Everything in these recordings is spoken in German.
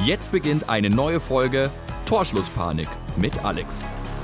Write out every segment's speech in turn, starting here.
Jetzt beginnt eine neue Folge Torschlusspanik mit Alex.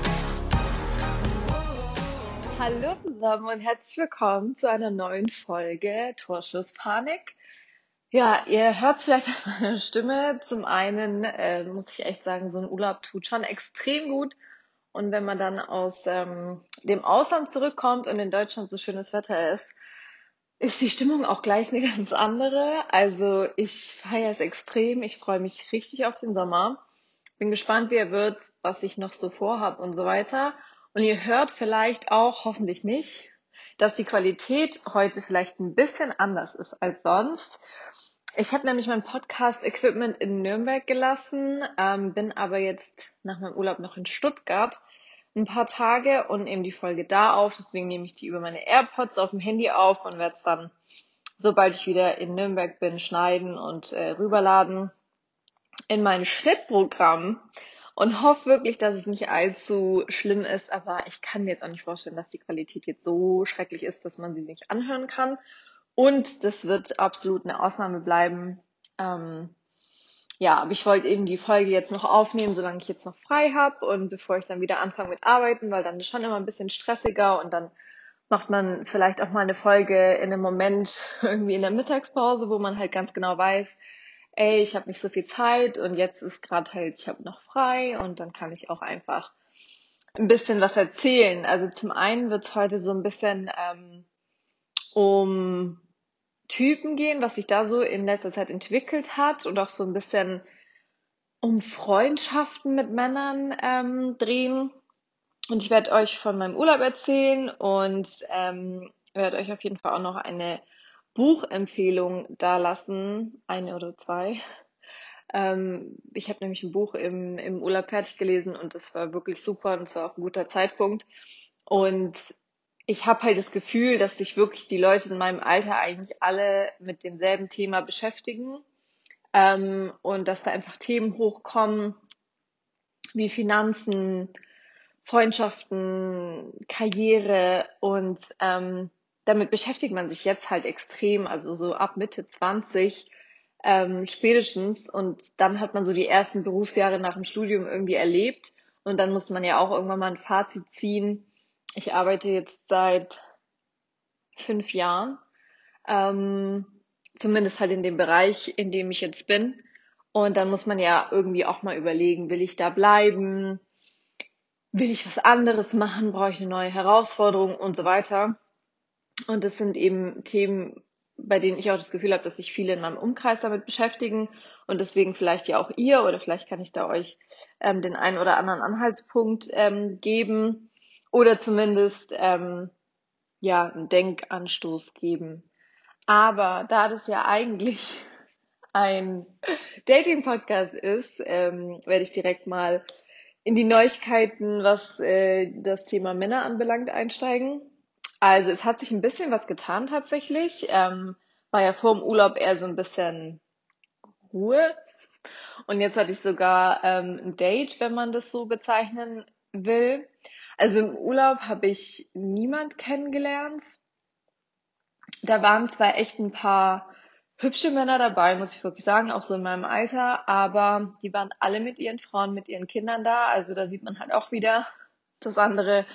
Hallo zusammen und herzlich willkommen zu einer neuen Folge Torschlusspanik. Ja, ihr hört vielleicht an meiner Stimme. Zum einen muss ich echt sagen, so ein Urlaub tut schon extrem gut. Und wenn man dann aus dem Ausland zurückkommt und in Deutschland so schönes Wetter ist die Stimmung auch gleich eine ganz andere. Also ich feiere es extrem. Ich freue mich richtig auf den Sommer. Bin gespannt, wie er wird, was ich noch so vorhab und so weiter. Und ihr hört vielleicht auch, hoffentlich nicht, dass die Qualität heute vielleicht ein bisschen anders ist als sonst. Ich habe nämlich mein Podcast-Equipment in Nürnberg gelassen, bin aber jetzt nach meinem Urlaub noch in Stuttgart ein paar Tage und nehme die Folge da auf. Deswegen nehme ich die über meine AirPods auf dem Handy auf und werde es dann, sobald ich wieder in Nürnberg bin, schneiden und rüberladen in mein Schnittprogramm und hoffe wirklich, dass es nicht allzu schlimm ist, aber ich kann mir jetzt auch nicht vorstellen, dass die Qualität jetzt so schrecklich ist, dass man sie nicht anhören kann. Und das wird absolut eine Ausnahme bleiben. Ja, aber ich wollte eben die Folge jetzt noch aufnehmen, solange ich jetzt noch frei habe und bevor ich dann wieder anfange mit Arbeiten, weil dann ist schon immer ein bisschen stressiger und dann macht man vielleicht auch mal eine Folge in einem Moment irgendwie in der Mittagspause, wo man halt ganz genau weiß, ey, ich habe nicht so viel Zeit und jetzt ist gerade halt, ich habe noch frei und dann kann ich auch einfach ein bisschen was erzählen. Also zum einen wird es heute so ein bisschen um Typen gehen, was sich da so in letzter Zeit entwickelt hat und auch so ein bisschen um Freundschaften mit Männern drehen. Und ich werde euch von meinem Urlaub erzählen und werde euch auf jeden Fall auch noch eine Buchempfehlung dalassen, eine oder zwei. Ich habe nämlich ein Buch im Urlaub fertig gelesen und das war wirklich super und es war auch ein guter Zeitpunkt. Und ich habe halt das Gefühl, dass sich wirklich die Leute in meinem Alter eigentlich alle mit demselben Thema beschäftigen und dass da einfach Themen hochkommen wie Finanzen, Freundschaften, Karriere und damit beschäftigt man sich jetzt halt extrem, also so ab Mitte 20 spätestens und dann hat man so die ersten Berufsjahre nach dem Studium irgendwie erlebt und dann muss man ja auch irgendwann mal ein Fazit ziehen. Ich arbeite jetzt seit 5 Jahren, ähm, zumindest halt in dem Bereich, in dem ich jetzt bin und dann muss man ja irgendwie auch mal überlegen, will ich da bleiben? Will ich was anderes machen? Brauche ich eine neue Herausforderung und so weiter? Und das sind eben Themen, bei denen ich auch das Gefühl habe, dass sich viele in meinem Umkreis damit beschäftigen und deswegen vielleicht ja auch ihr oder vielleicht kann ich da euch den einen oder anderen Anhaltspunkt geben oder zumindest ja einen Denkanstoß geben. Aber da das ja eigentlich ein Dating-Podcast ist, werde ich direkt mal in die Neuigkeiten, was das Thema Männer anbelangt, einsteigen. Also es hat sich ein bisschen was getan tatsächlich. War ja vor dem Urlaub eher so ein bisschen Ruhe. Und jetzt hatte ich sogar ein Date, wenn man das so bezeichnen will. Also im Urlaub habe ich niemand kennengelernt. Da waren zwar echt ein paar hübsche Männer dabei, muss ich wirklich sagen, auch so in meinem Alter, aber die waren alle mit ihren Frauen, mit ihren Kindern da. Also da sieht man halt auch wieder, dass andere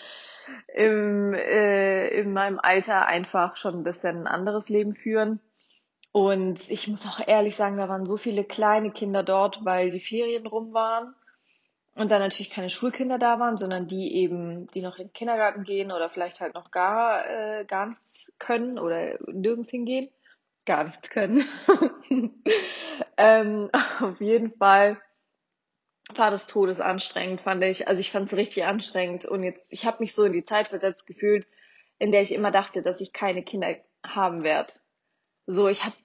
in meinem Alter einfach schon ein bisschen ein anderes Leben führen. Und ich muss auch ehrlich sagen, da waren so viele kleine Kinder dort, weil die Ferien rum waren und dann natürlich keine Schulkinder da waren, sondern die eben, die noch in den Kindergarten gehen oder vielleicht halt noch gar nichts können oder nirgends hingehen. Gar nichts können. ähm, auf jeden Fall war das todesanstrengend, fand ich. Also ich fand es richtig anstrengend und jetzt, ich habe mich so in die Zeit versetzt gefühlt, in der ich immer dachte, dass ich keine Kinder haben werde. So, ich habe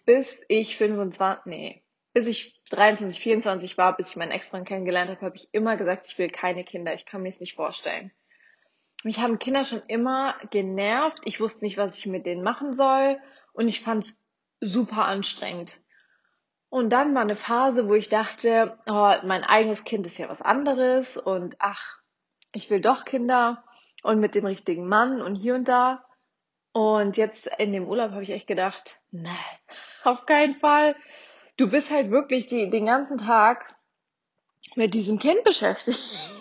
bis ich 23, 24 war, bis ich meinen Ex-Freund kennengelernt habe, habe ich immer gesagt, ich will keine Kinder. Ich kann mir es nicht vorstellen. Mich haben Kinder schon immer genervt. Ich wusste nicht, was ich mit denen machen soll und ich fand es super anstrengend. Und dann war eine Phase, wo ich dachte, oh, mein eigenes Kind ist ja was anderes und ach, ich will doch Kinder und mit dem richtigen Mann und hier und da. Und jetzt in dem Urlaub habe ich echt gedacht, nein, auf keinen Fall. Du bist halt wirklich den ganzen Tag mit diesem Kind beschäftigt.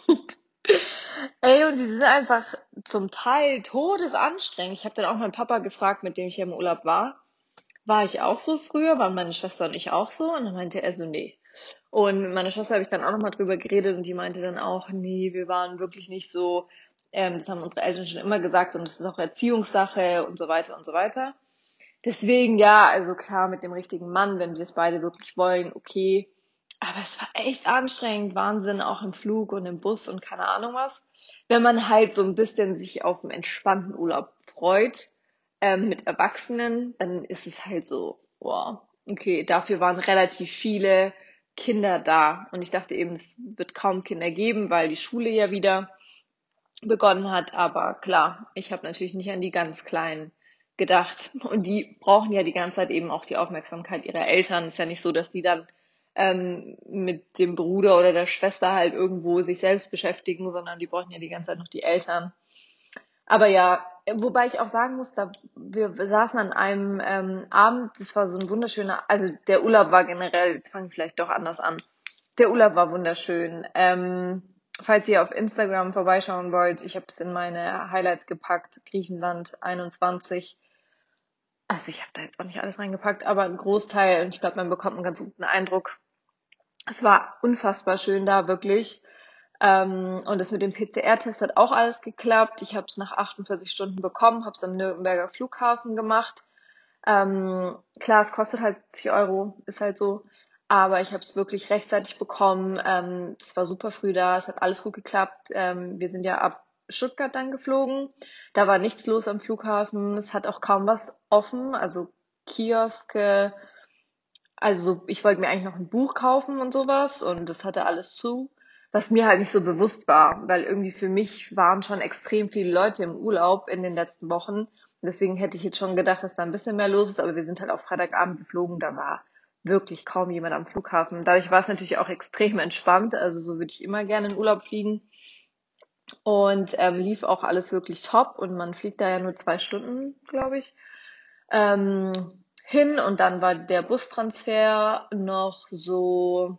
Ey, und die sind einfach zum Teil todesanstrengend. Ich habe dann auch meinen Papa gefragt, mit dem ich ja im Urlaub war. War ich auch so früher? Waren meine Schwester und ich auch so? Und dann meinte er so, nee. Und mit meiner Schwester habe ich dann auch nochmal drüber geredet und die meinte dann auch, nee, wir waren wirklich nicht so. Das haben unsere Eltern schon immer gesagt und das ist auch Erziehungssache und so weiter und so weiter. Deswegen ja, also klar, mit dem richtigen Mann, wenn wir es beide wirklich wollen, okay. Aber es war echt anstrengend, Wahnsinn, auch im Flug und im Bus und keine Ahnung was. Wenn man halt so ein bisschen sich auf einen entspannten Urlaub freut, mit Erwachsenen, dann ist es halt so, wow, okay, dafür waren relativ viele Kinder da. Und ich dachte eben, es wird kaum Kinder geben, weil die Schule ja wieder begonnen hat. Aber klar, ich habe natürlich nicht an die ganz Kleinen gedacht. Und die brauchen ja die ganze Zeit eben auch die Aufmerksamkeit ihrer Eltern. Ist ja nicht so, dass die dann mit dem Bruder oder der Schwester halt irgendwo sich selbst beschäftigen, sondern die brauchen ja die ganze Zeit noch die Eltern. Aber ja, wobei ich auch sagen muss, wir saßen an einem Abend, das war so ein wunderschöner, also der Urlaub war generell, jetzt fange ich vielleicht doch anders an. Der Urlaub war wunderschön. Falls ihr auf Instagram vorbeischauen wollt, ich habe es in meine Highlights gepackt, Griechenland 21. Also ich habe da jetzt auch nicht alles reingepackt, aber ein Großteil, und ich glaube, man bekommt einen ganz guten Eindruck. Es war unfassbar schön da, wirklich. Und das mit dem PCR-Test hat auch alles geklappt. Ich habe es nach 48 Stunden bekommen, habe es am Nürnberger Flughafen gemacht. Klar, es kostet halt 70 Euro, ist halt so. Aber ich habe es wirklich rechtzeitig bekommen. Es war super früh da, es hat alles gut geklappt. Wir sind ja ab Stuttgart dann geflogen. Da war nichts los am Flughafen. Es hat auch kaum was offen, also Kioske. Also ich wollte mir eigentlich noch ein Buch kaufen und sowas und das hatte alles zu, was mir halt nicht so bewusst war, weil irgendwie für mich waren schon extrem viele Leute im Urlaub in den letzten Wochen. Deswegen hätte ich jetzt schon gedacht, dass da ein bisschen mehr los ist, aber wir sind halt auf Freitagabend geflogen, da war wirklich kaum jemand am Flughafen. Dadurch war es natürlich auch extrem entspannt, also so würde ich immer gerne in Urlaub fliegen und lief auch alles wirklich top und man fliegt da ja nur 2 Stunden, glaube ich ähm, hin und dann war der Bustransfer noch so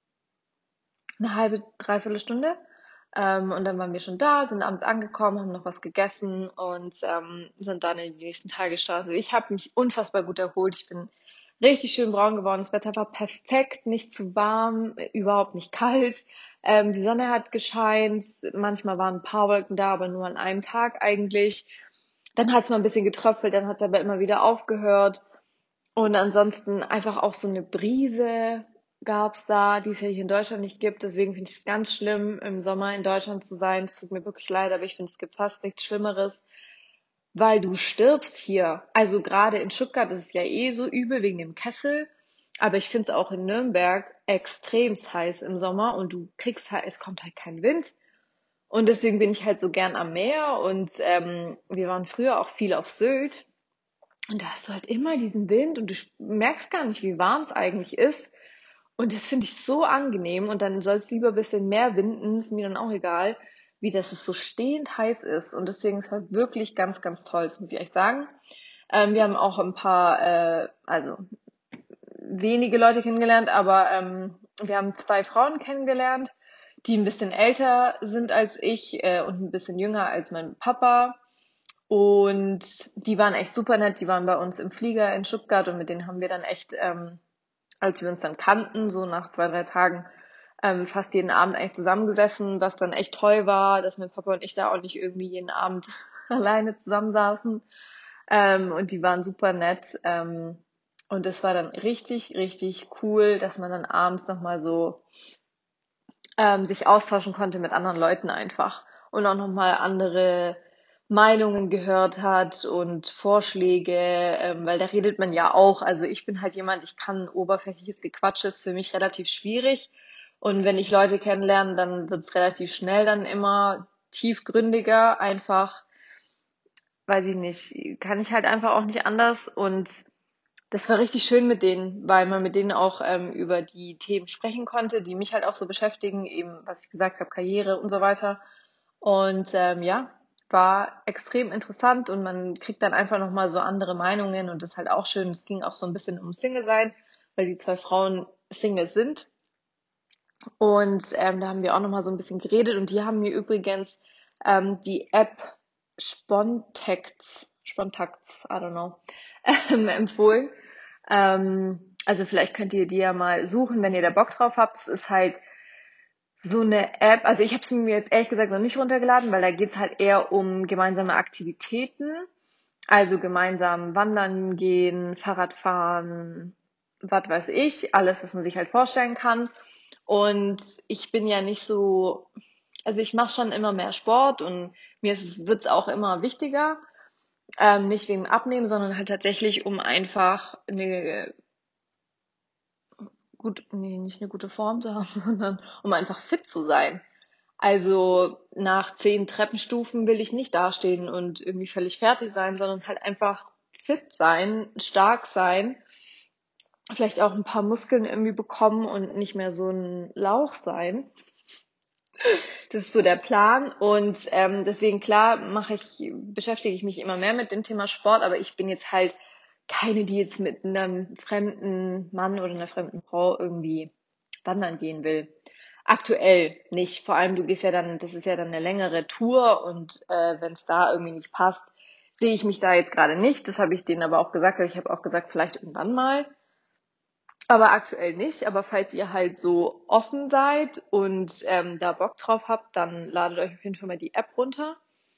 eine halbe, dreiviertel Stunde. Und dann waren wir schon da, sind abends angekommen, haben noch was gegessen und sind dann in die nächsten Tage gestartet. Also ich habe mich unfassbar gut erholt. Ich bin richtig schön braun geworden. Das Wetter war perfekt, nicht zu warm, überhaupt nicht kalt. Die Sonne hat gescheint. Manchmal waren ein paar Wolken da, aber nur an einem Tag eigentlich. Dann hat es mal ein bisschen getröpfelt, dann hat es aber immer wieder aufgehört. Und ansonsten einfach auch so eine Brise gab's da, die es ja hier in Deutschland nicht gibt. Deswegen finde ich es ganz schlimm, im Sommer in Deutschland zu sein. Es tut mir wirklich leid, aber ich finde, es gibt fast nichts Schlimmeres, weil du stirbst hier. Also gerade in Stuttgart ist es ja eh so übel wegen dem Kessel. Aber ich finde es auch in Nürnberg extremst heiß im Sommer und du kriegst halt, es kommt halt kein Wind. Und deswegen bin ich halt so gern am Meer und wir waren früher auch viel auf Sylt. Und da hast du halt immer diesen Wind und du merkst gar nicht, wie warm es eigentlich ist. Und das finde ich so angenehm. Und dann soll es lieber ein bisschen mehr winden, ist mir dann auch egal, wie das es so stehend heiß ist. Und deswegen ist es halt wirklich ganz, ganz toll, das muss ich echt sagen. Wir haben auch ein paar, also wenige Leute kennengelernt, aber wir haben 2 Frauen kennengelernt, die ein bisschen älter sind als ich und ein bisschen jünger als mein Papa. Und die waren echt super nett. Die waren bei uns im Flieger in Stuttgart und mit denen haben wir dann echt, als wir uns dann kannten, so nach 2, 3 Tagen, fast jeden Abend eigentlich zusammengesessen, was dann echt toll war, dass mein Papa und ich da auch nicht irgendwie jeden Abend alleine zusammensaßen. Und die waren super nett. Und es war dann richtig, richtig cool, dass man dann abends nochmal so sich austauschen konnte mit anderen Leuten einfach und auch nochmal andere Meinungen gehört hat und Vorschläge, weil da redet man ja auch. Also ich bin halt jemand, ich kann oberflächliches Gequatsche, ist für mich relativ schwierig. Und wenn ich Leute kennenlerne, dann wird es relativ schnell dann immer tiefgründiger, einfach, weiß ich nicht, kann ich halt einfach auch nicht anders. Und das war richtig schön mit denen, weil man mit denen auch über die Themen sprechen konnte, die mich halt auch so beschäftigen, eben was ich gesagt habe, Karriere und so weiter. Und ja, war extrem interessant und man kriegt dann einfach nochmal so andere Meinungen und das ist halt auch schön. Es ging auch so ein bisschen um Single sein, weil die 2 Frauen Single sind Und da haben wir auch nochmal so ein bisschen geredet und die haben mir übrigens die App Spontakts, I don't know, empfohlen. Also vielleicht könnt ihr die ja mal suchen, wenn ihr da Bock drauf habt. Es ist halt so eine App, also ich habe es mir jetzt ehrlich gesagt noch nicht runtergeladen, weil da geht's halt eher um gemeinsame Aktivitäten. Also gemeinsam wandern gehen, Fahrrad fahren, was weiß ich, alles, was man sich halt vorstellen kann. Und ich bin ja nicht so, also ich mache schon immer mehr Sport und wird's auch immer wichtiger. Nicht wegen dem Abnehmen, sondern halt tatsächlich, um einfach nicht eine gute Form zu haben, sondern um einfach fit zu sein. Also nach 10 Treppenstufen will ich nicht dastehen und irgendwie völlig fertig sein, sondern halt einfach fit sein, stark sein, vielleicht auch ein paar Muskeln irgendwie bekommen und nicht mehr so ein Lauch sein. Das ist so der Plan und deswegen klar beschäftige ich mich immer mehr mit dem Thema Sport, aber ich bin jetzt halt keine, die jetzt mit einem fremden Mann oder einer fremden Frau irgendwie wandern gehen will. Aktuell nicht. Vor allem, das ist ja dann eine längere Tour und wenn es da irgendwie nicht passt, sehe ich mich da jetzt gerade nicht. Das habe ich denen aber auch gesagt. Ich habe auch gesagt, vielleicht irgendwann mal. Aber aktuell nicht. Aber falls ihr halt so offen seid und da Bock drauf habt, dann ladet euch auf jeden Fall mal die App runter.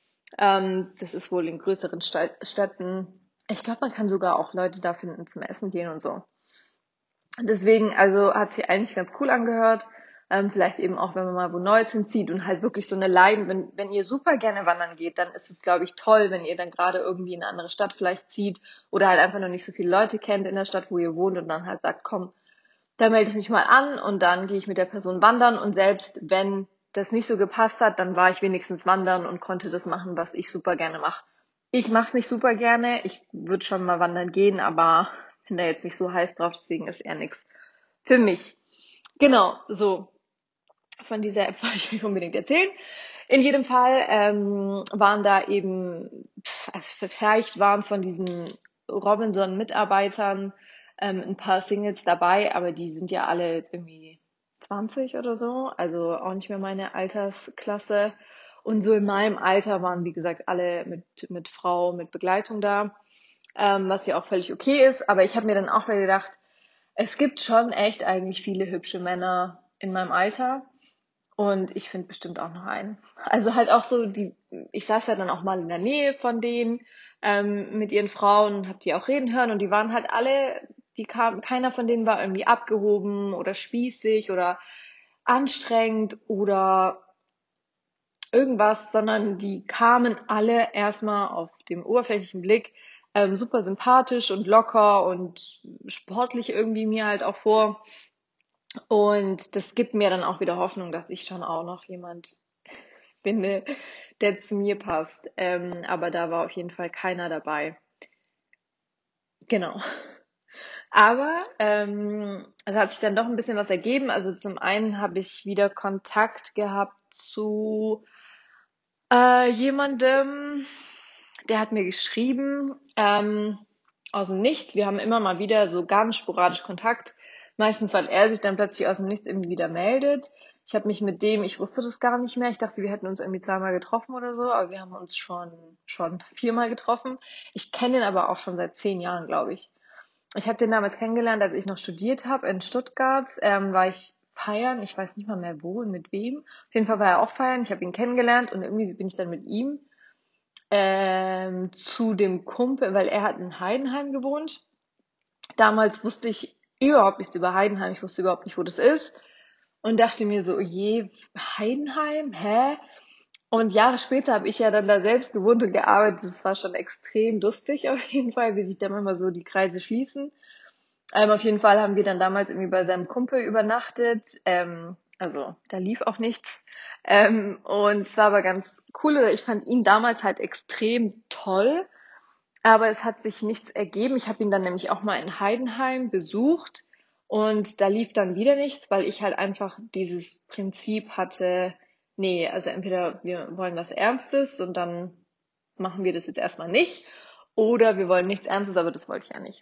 Das ist wohl in größeren Städten. Ich glaube, man kann sogar auch Leute da finden zum Essen gehen und so. Deswegen, also hat sich eigentlich ganz cool angehört. Vielleicht eben auch, wenn man mal wo Neues hinzieht und halt wirklich so eine Leiden, wenn ihr super gerne wandern geht, dann ist es, glaube ich, toll, wenn ihr dann gerade irgendwie in eine andere Stadt vielleicht zieht oder halt einfach noch nicht so viele Leute kennt in der Stadt, wo ihr wohnt und dann halt sagt, komm, da melde ich mich mal an und dann gehe ich mit der Person wandern und selbst wenn das nicht so gepasst hat, dann war ich wenigstens wandern und konnte das machen, was ich super gerne mache. Ich mache es nicht super gerne, ich würde schon mal wandern gehen, aber bin da jetzt nicht so heiß drauf, deswegen ist eher nichts für mich. Genau, so von dieser App wollte ich euch unbedingt erzählen. In jedem Fall waren da eben, also vielleicht waren von diesen Robinson-Mitarbeitern ein paar Singles dabei, aber die sind ja alle jetzt irgendwie 20 oder so, also auch nicht mehr meine Altersklasse. Und so in meinem Alter waren, wie gesagt, alle mit Frau, mit Begleitung da, was ja auch völlig okay ist. Aber ich habe mir dann auch wieder gedacht, es gibt schon echt eigentlich viele hübsche Männer in meinem Alter. Und ich finde bestimmt auch noch einen. Also halt auch so ich saß ja dann auch mal in der Nähe von denen mit ihren Frauen und hab die auch reden hören und die waren halt alle, keiner von denen war irgendwie abgehoben oder spießig oder anstrengend oder irgendwas, sondern die kamen alle erstmal auf dem oberflächlichen Blick super sympathisch und locker und sportlich irgendwie mir halt auch vor. Und das gibt mir dann auch wieder Hoffnung, dass ich schon auch noch jemand finde, der zu mir passt. Aber da war auf jeden Fall keiner dabei. Genau. Aber es hat sich dann doch ein bisschen was ergeben. Also zum einen habe ich wieder Kontakt gehabt zu jemandem, der hat mir geschrieben, aus dem Nichts. Wir haben immer mal wieder so ganz sporadisch Kontakt. Meistens, weil er sich dann plötzlich aus dem Nichts irgendwie wieder meldet. Ich wusste das gar nicht mehr. Ich dachte, wir hätten uns irgendwie zweimal getroffen oder so, aber wir haben uns schon viermal getroffen. Ich kenne ihn aber auch schon seit 10 Jahren, glaube ich. Ich habe den damals kennengelernt, als ich noch studiert habe in Stuttgart. War ich feiern, ich weiß nicht mal mehr wo und mit wem. Auf jeden Fall war er auch feiern. Ich habe ihn kennengelernt und irgendwie bin ich dann mit ihm zu dem Kumpel, weil er hat in Heidenheim gewohnt. Damals wusste ich überhaupt nichts über Heidenheim. Ich wusste überhaupt nicht, wo das ist. Und dachte mir so, oh je, Heidenheim? Hä? Und Jahre später habe ich ja dann da selbst gewohnt und gearbeitet. Das war schon extrem lustig auf jeden Fall, wie sich dann immer so die Kreise schließen. Auf jeden Fall haben wir dann damals irgendwie bei seinem Kumpel übernachtet. Also da lief auch nichts. Und es war aber ganz cool. Ich fand ihn damals halt extrem toll. Aber es hat sich nichts ergeben. Ich habe ihn dann nämlich auch mal in Heidenheim besucht und da lief dann wieder nichts, weil ich halt einfach dieses Prinzip hatte, nee, also entweder wir wollen was Ernstes und dann machen wir das jetzt erstmal nicht oder wir wollen nichts Ernstes, aber das wollte ich ja nicht.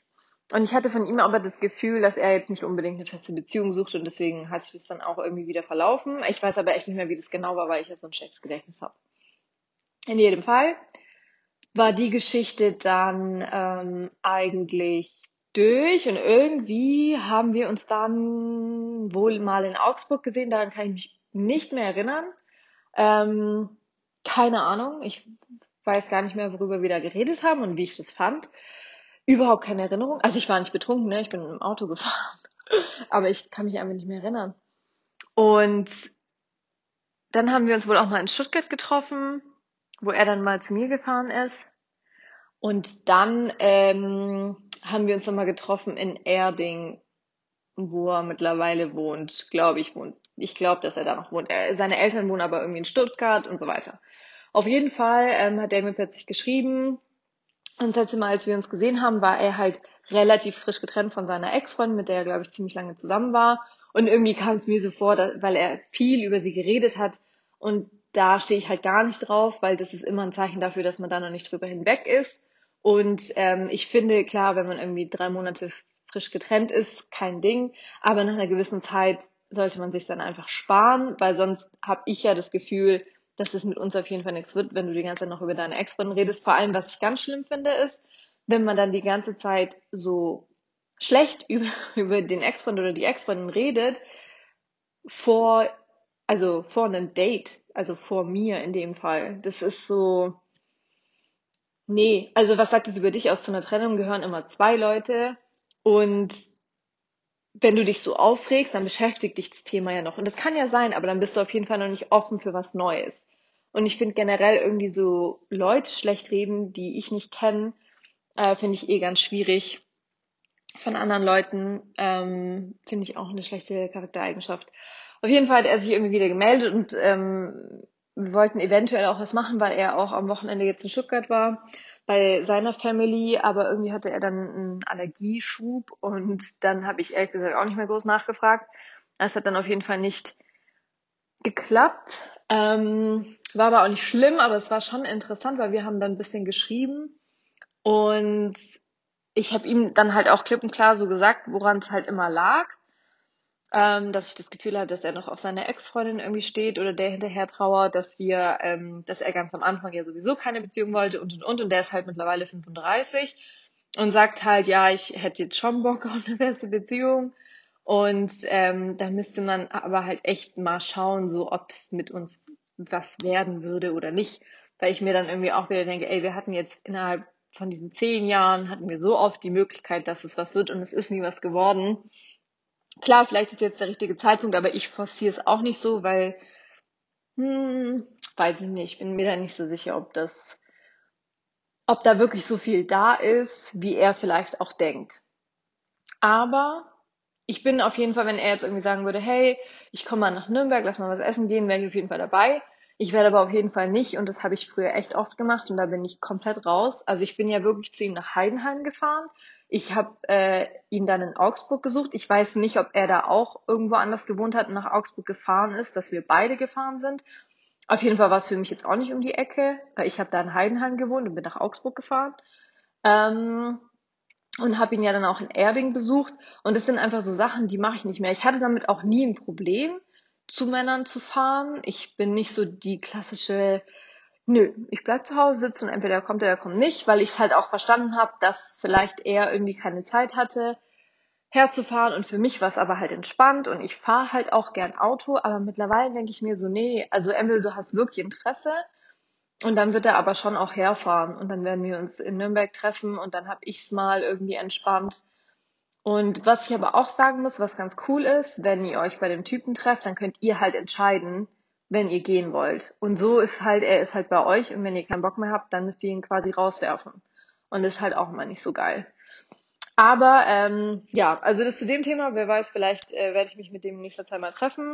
Und ich hatte von ihm aber das Gefühl, dass er jetzt nicht unbedingt eine feste Beziehung sucht und deswegen hat sich das dann auch irgendwie wieder verlaufen. Ich weiß aber echt nicht mehr, wie das genau war, weil ich ja so ein schlechtes Gedächtnis habe. In jedem Fall war die Geschichte dann eigentlich durch und irgendwie haben wir uns dann wohl mal in Augsburg gesehen, daran kann ich mich nicht mehr erinnern. Ähm, keine Ahnung, ich weiß gar nicht mehr, worüber wir da geredet haben und wie ich das fand. Überhaupt keine Erinnerung. Also ich war nicht betrunken, ne? Ich bin im Auto gefahren, aber ich kann mich einfach nicht mehr erinnern. Und dann haben wir uns wohl auch mal in Stuttgart getroffen, wo er dann mal zu mir gefahren ist. Und dann haben wir uns nochmal getroffen in Erding, wo er mittlerweile wohnt, glaube ich, wohnt. Ich glaube, dass er da noch wohnt. Seine Eltern wohnen aber irgendwie in Stuttgart und so weiter. Auf jeden Fall hat er mir plötzlich geschrieben. Und das letzte Mal, als wir uns gesehen haben, war er halt relativ frisch getrennt von seiner Ex-Freundin, mit der er, glaube ich, ziemlich lange zusammen war. Und irgendwie kam es mir so vor, weil er viel über sie geredet hat. Und da stehe ich halt gar nicht drauf, weil das ist immer ein Zeichen dafür, dass man da noch nicht drüber hinweg ist. Und ich finde, klar, wenn man irgendwie 3 Monate frisch getrennt ist, kein Ding. Aber nach einer gewissen Zeit sollte man sich dann einfach sparen, weil sonst habe ich ja das Gefühl, dass es mit uns auf jeden Fall nichts wird, wenn du die ganze Zeit noch über deine Ex-Freundin redest. Vor allem, was ich ganz schlimm finde, ist, wenn man dann die ganze Zeit so schlecht über den Ex-Freund oder die Ex-Freundin redet, vor, also vor einem Date, also vor mir in dem Fall. Das ist so, nee, also was sagt es über dich aus? Zu einer Trennung gehören immer zwei Leute und wenn du dich so aufregst, dann beschäftigt dich das Thema ja noch. Und das kann ja sein, aber dann bist du auf jeden Fall noch nicht offen für was Neues. Und ich finde generell irgendwie so Leute schlecht reden, die ich nicht kenne, finde ich eh ganz schwierig. Von anderen Leuten finde ich auch eine schlechte Charaktereigenschaft. Auf jeden Fall hat er sich irgendwie wieder gemeldet und wir wollten eventuell auch was machen, weil er auch am Wochenende jetzt in Stuttgart war bei seiner Family, aber irgendwie hatte er dann einen Allergieschub und dann habe ich ehrlich gesagt auch nicht mehr groß nachgefragt. Es hat dann auf jeden Fall nicht geklappt. War aber auch nicht schlimm, aber es war schon interessant, weil wir haben dann ein bisschen geschrieben und ich habe ihm dann halt auch klipp und klar so gesagt, woran es halt immer lag, dass ich das Gefühl hatte, dass er noch auf seine Ex-Freundin irgendwie steht oder der hinterher trauert, dass er ganz am Anfang ja sowieso keine Beziehung wollte und der ist halt mittlerweile 35 und sagt halt, ja, ich hätte jetzt schon Bock auf eine feste Beziehung und da müsste man aber halt echt mal schauen, so ob das mit uns was werden würde oder nicht, weil ich mir dann irgendwie auch wieder denke, ey, wir hatten jetzt innerhalb von diesen 10 Jahren hatten wir so oft die Möglichkeit, dass es was wird und es ist nie was geworden. Klar, vielleicht ist jetzt der richtige Zeitpunkt, aber ich forciere es auch nicht so, weil, weiß ich nicht, ich bin mir da nicht so sicher, ob da wirklich so viel da ist, wie er vielleicht auch denkt. Aber ich bin auf jeden Fall, wenn er jetzt irgendwie sagen würde, hey, ich komme mal nach Nürnberg, lass mal was essen gehen, wäre ich auf jeden Fall dabei. Ich werde aber auf jeden Fall nicht, und das habe ich früher echt oft gemacht und da bin ich komplett raus. Also ich bin ja wirklich zu ihm nach Heidenheim gefahren. Ich habe ihn dann in Augsburg gesucht. Ich weiß nicht, ob er da auch irgendwo anders gewohnt hat und nach Augsburg gefahren ist, dass wir beide gefahren sind. Auf jeden Fall war es für mich jetzt auch nicht um die Ecke, weil ich habe da in Heidenheim gewohnt und bin nach Augsburg gefahren. Ähm, und habe ihn ja dann auch in Erding besucht. Und das sind einfach so Sachen, die mache ich nicht mehr. Ich hatte damit auch nie ein Problem, zu Männern zu fahren. Ich bin nicht so die klassische, nö, ich bleib zu Hause sitzen und entweder kommt er kommt nicht, weil ich es halt auch verstanden habe, dass vielleicht er irgendwie keine Zeit hatte, herzufahren. Und für mich war es aber halt entspannt und ich fahre halt auch gern Auto. Aber mittlerweile denke ich mir so, nee, also entweder du hast wirklich Interesse und dann wird er aber schon auch herfahren und dann werden wir uns in Nürnberg treffen und dann habe ich's mal irgendwie entspannt. Und was ich aber auch sagen muss, was ganz cool ist, wenn ihr euch bei dem Typen trefft, dann könnt ihr halt entscheiden, wenn ihr gehen wollt. Und so ist halt, er ist halt bei euch und wenn ihr keinen Bock mehr habt, dann müsst ihr ihn quasi rauswerfen. Und das ist halt auch immer nicht so geil. Aber ja, also das zu dem Thema, wer weiß, vielleicht werde ich mich mit dem in nächster Zeit mal treffen.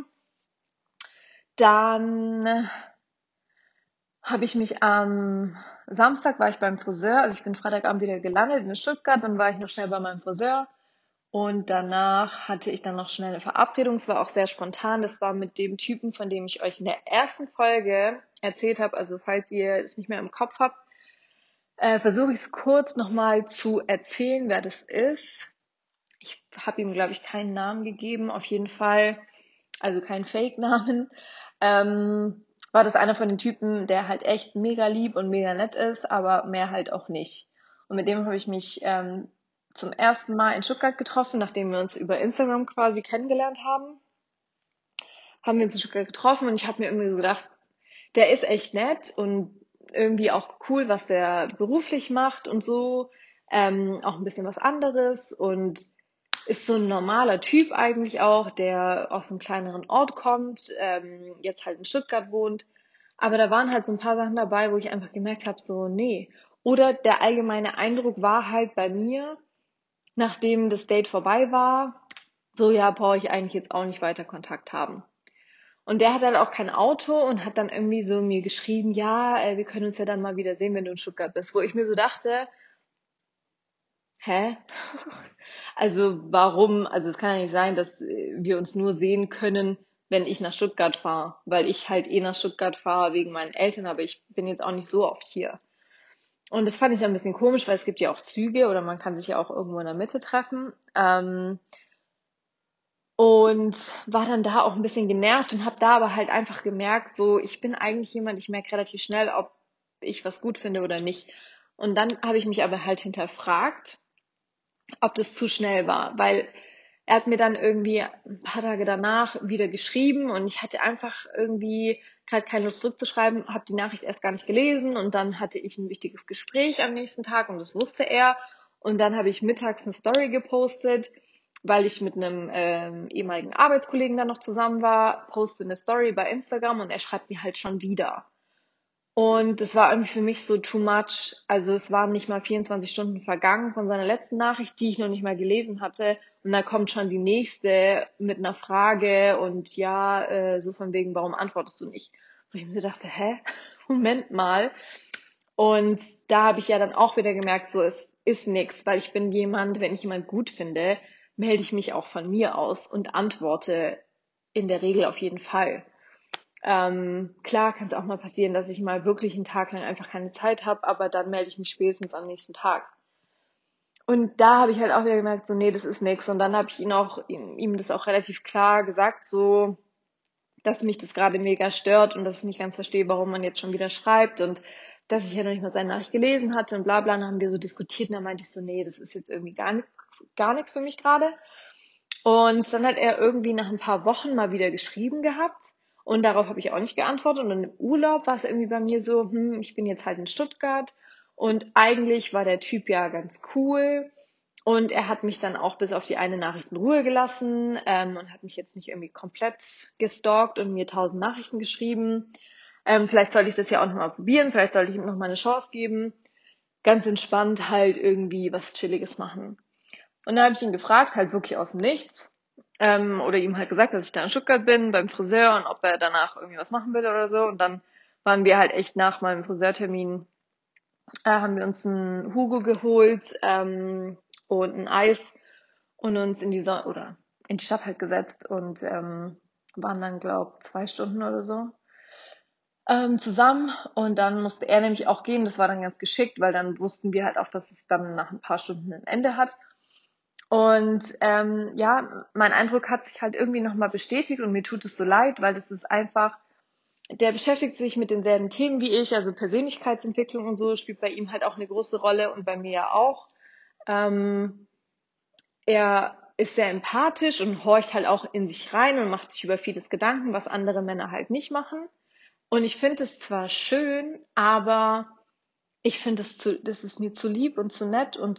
Dann habe ich mich am Samstag war ich beim Friseur, also ich bin Freitagabend wieder gelandet in Stuttgart, dann war ich noch schnell bei meinem Friseur und danach hatte ich dann noch schnell eine Verabredung. Es war auch sehr spontan, das war mit dem Typen, von dem ich euch in der ersten Folge erzählt habe, also falls ihr es nicht mehr im Kopf habt, Versuche ich es kurz nochmal zu erzählen, wer das ist. Ich habe ihm, glaube ich, keinen Namen gegeben, auf jeden Fall, also keinen Fake-Namen. War das einer von den Typen, der halt echt mega lieb und mega nett ist, aber mehr halt auch nicht. Und mit dem habe ich mich zum ersten Mal in Stuttgart getroffen, nachdem wir uns über Instagram quasi kennengelernt haben. Haben wir uns in Stuttgart getroffen und ich habe mir irgendwie so gedacht, der ist echt nett und irgendwie auch cool, was der beruflich macht und so. Auch ein bisschen was anderes und ist so ein normaler Typ eigentlich auch, der aus einem kleineren Ort kommt, jetzt halt in Stuttgart wohnt. Aber da waren halt so ein paar Sachen dabei, wo ich einfach gemerkt habe, so, nee. Oder der allgemeine Eindruck war halt bei mir, nachdem das Date vorbei war, so, ja, brauche ich eigentlich jetzt auch nicht weiter Kontakt haben. Und der hat halt auch kein Auto und hat dann irgendwie so mir geschrieben, ja, wir können uns ja dann mal wieder sehen, wenn du in Stuttgart bist. Wo ich mir so dachte, hä? Also warum? Also es kann ja nicht sein, dass wir uns nur sehen können, wenn ich nach Stuttgart fahre, weil ich halt eh nach Stuttgart fahre wegen meinen Eltern, aber ich bin jetzt auch nicht so oft hier. Und das fand ich ein bisschen komisch, weil es gibt ja auch Züge oder man kann sich ja auch irgendwo in der Mitte treffen. Und war dann da auch ein bisschen genervt und habe da aber halt einfach gemerkt, so ich bin eigentlich jemand, ich merke relativ schnell, ob ich was gut finde oder nicht. Und dann habe ich mich aber halt hinterfragt, ob das zu schnell war, weil er hat mir dann irgendwie ein paar Tage danach wieder geschrieben und ich hatte einfach irgendwie gerade keine Lust zurückzuschreiben, habe die Nachricht erst gar nicht gelesen und dann hatte ich ein wichtiges Gespräch am nächsten Tag und das wusste er und dann habe ich mittags eine Story gepostet, weil ich mit einem ehemaligen Arbeitskollegen dann noch zusammen war, poste eine Story bei Instagram und er schreibt mir halt schon wieder. Und das war irgendwie für mich so too much. Also es waren nicht mal 24 Stunden vergangen von seiner letzten Nachricht, die ich noch nicht mal gelesen hatte. Und da kommt schon die nächste mit einer Frage und ja, so von wegen, warum antwortest du nicht? Und ich mir so dachte, hä? Moment mal. Und da habe ich ja dann auch wieder gemerkt, so es ist nix, weil ich bin jemand, wenn ich jemand gut finde, melde ich mich auch von mir aus und antworte in der Regel auf jeden Fall. Klar kann es auch mal passieren, dass ich mal wirklich einen Tag lang einfach keine Zeit habe, aber dann melde ich mich spätestens am nächsten Tag. Und da habe ich halt auch wieder gemerkt, so nee, das ist nix. Und dann habe ich ihm das auch relativ klar gesagt, so dass mich das gerade mega stört und dass ich nicht ganz verstehe, warum man jetzt schon wieder schreibt und dass ich ja noch nicht mal seine Nachricht gelesen hatte und bla bla. Dann haben wir so diskutiert und dann meinte ich so, nee, das ist jetzt irgendwie gar nichts für mich gerade. Und dann hat er irgendwie nach ein paar Wochen mal wieder geschrieben gehabt. Und darauf habe ich auch nicht geantwortet. Und im Urlaub war es irgendwie bei mir so, ich bin jetzt halt in Stuttgart. Und eigentlich war der Typ ja ganz cool. Und er hat mich dann auch bis auf die eine Nachricht in Ruhe gelassen und hat mich jetzt nicht irgendwie komplett gestalkt und mir 1000 Nachrichten geschrieben. Vielleicht sollte ich das ja auch nochmal probieren. Vielleicht sollte ich ihm nochmal eine Chance geben. Ganz entspannt halt irgendwie was Chilliges machen. Und dann habe ich ihn gefragt, halt wirklich aus dem Nichts, oder ihm halt gesagt, dass ich da in Stuttgart bin beim Friseur und ob er danach irgendwie was machen will oder so. Und dann waren wir halt echt nach meinem Friseurtermin, haben wir uns einen Hugo geholt und ein Eis und uns in die Sonne oder in die Stadt halt gesetzt und waren dann, glaub, 2 Stunden oder so zusammen. Und dann musste er nämlich auch gehen. Das war dann ganz geschickt, weil dann wussten wir halt auch, dass es dann nach ein paar Stunden ein Ende hat. Und ja, mein Eindruck hat sich halt irgendwie nochmal bestätigt und mir tut es so leid, weil das ist einfach, der beschäftigt sich mit denselben Themen wie ich, also Persönlichkeitsentwicklung und so spielt bei ihm halt auch eine große Rolle und bei mir ja auch. Ähm, Er ist sehr empathisch und horcht halt auch in sich rein und macht sich über vieles Gedanken, was andere Männer halt nicht machen. Und ich finde es zwar schön, aber ich finde das ist mir zu lieb und zu nett und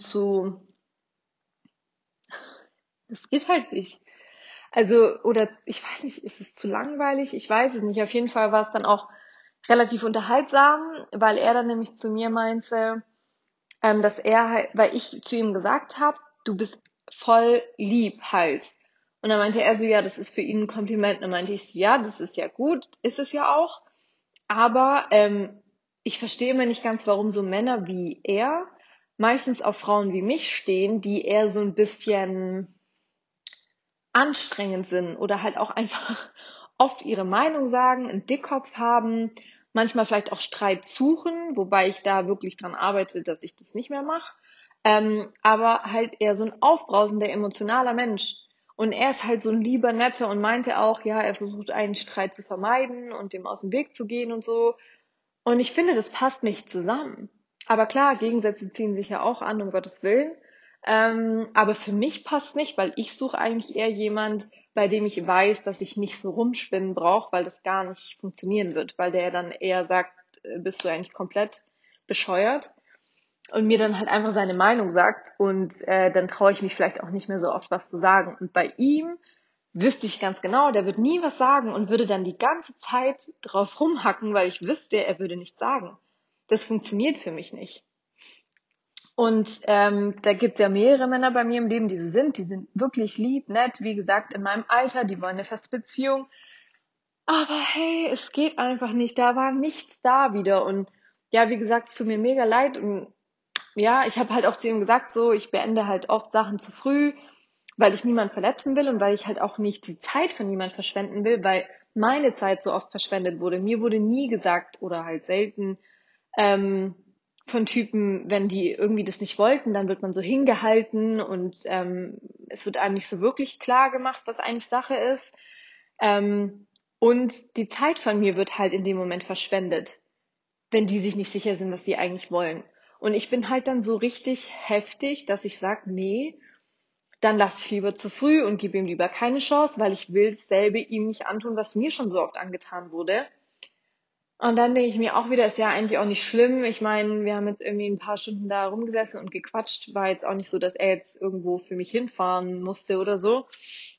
das geht halt nicht. Also, oder ich weiß nicht, ist es zu langweilig? Ich weiß es nicht. Auf jeden Fall war es dann auch relativ unterhaltsam, weil er dann nämlich zu mir meinte, dass er halt, weil ich zu ihm gesagt habe, du bist voll lieb halt. Und dann meinte er so, ja, das ist für ihn ein Kompliment. Und dann meinte ich so, ja, das ist ja gut, ist es ja auch. Aber ich verstehe immer nicht ganz, warum so Männer wie er meistens auf Frauen wie mich stehen, die eher so ein bisschen anstrengend sind oder halt auch einfach oft ihre Meinung sagen, einen Dickkopf haben, manchmal vielleicht auch Streit suchen, wobei ich da wirklich dran arbeite, dass ich das nicht mehr mache. Aber halt eher so ein aufbrausender, emotionaler Mensch. Und er ist halt so ein lieber, netter und meinte auch, ja, er versucht einen Streit zu vermeiden und dem aus dem Weg zu gehen und so. Und ich finde, das passt nicht zusammen. Aber klar, Gegensätze ziehen sich ja auch an, um Gottes Willen. Aber für mich passt nicht, weil ich suche eigentlich eher jemand, bei dem ich weiß, dass ich nicht so rumspinnen brauche, weil das gar nicht funktionieren wird, weil der dann eher sagt, bist du eigentlich komplett bescheuert und mir dann halt einfach seine Meinung sagt und dann traue ich mich vielleicht auch nicht mehr so oft was zu sagen. Und bei ihm wüsste ich ganz genau, der wird nie was sagen und würde dann die ganze Zeit drauf rumhacken, weil ich wüsste, er würde nichts sagen. Das funktioniert für mich nicht. Und da gibt es ja mehrere Männer bei mir im Leben, die sind wirklich lieb, nett, wie gesagt, in meinem Alter, die wollen eine feste Beziehung. Aber hey, es geht einfach nicht, da war nichts da wieder. Und ja, wie gesagt, es tut mir mega leid. Und ja, ich habe halt auch zu ihm gesagt, so, ich beende halt oft Sachen zu früh, weil ich niemand verletzen will und weil ich halt auch nicht die Zeit von niemand verschwenden will, weil meine Zeit so oft verschwendet wurde. Mir wurde nie gesagt oder halt selten ähm, von Typen, wenn die irgendwie das nicht wollten, dann wird man so hingehalten und es wird einem nicht so wirklich klar gemacht, was eigentlich Sache ist. Ähm, und die Zeit von mir wird halt in dem Moment verschwendet, wenn die sich nicht sicher sind, was sie eigentlich wollen. Und ich bin halt dann so richtig heftig, dass ich sage, nee, dann lass ich lieber zu früh und gebe ihm lieber keine Chance, weil ich will dasselbe ihm nicht antun, was mir schon so oft angetan wurde. Und dann denke ich mir auch wieder, ist ja eigentlich auch nicht schlimm. Ich meine, wir haben jetzt irgendwie ein paar Stunden da rumgesessen und gequatscht. War jetzt auch nicht so, dass er jetzt irgendwo für mich hinfahren musste oder so.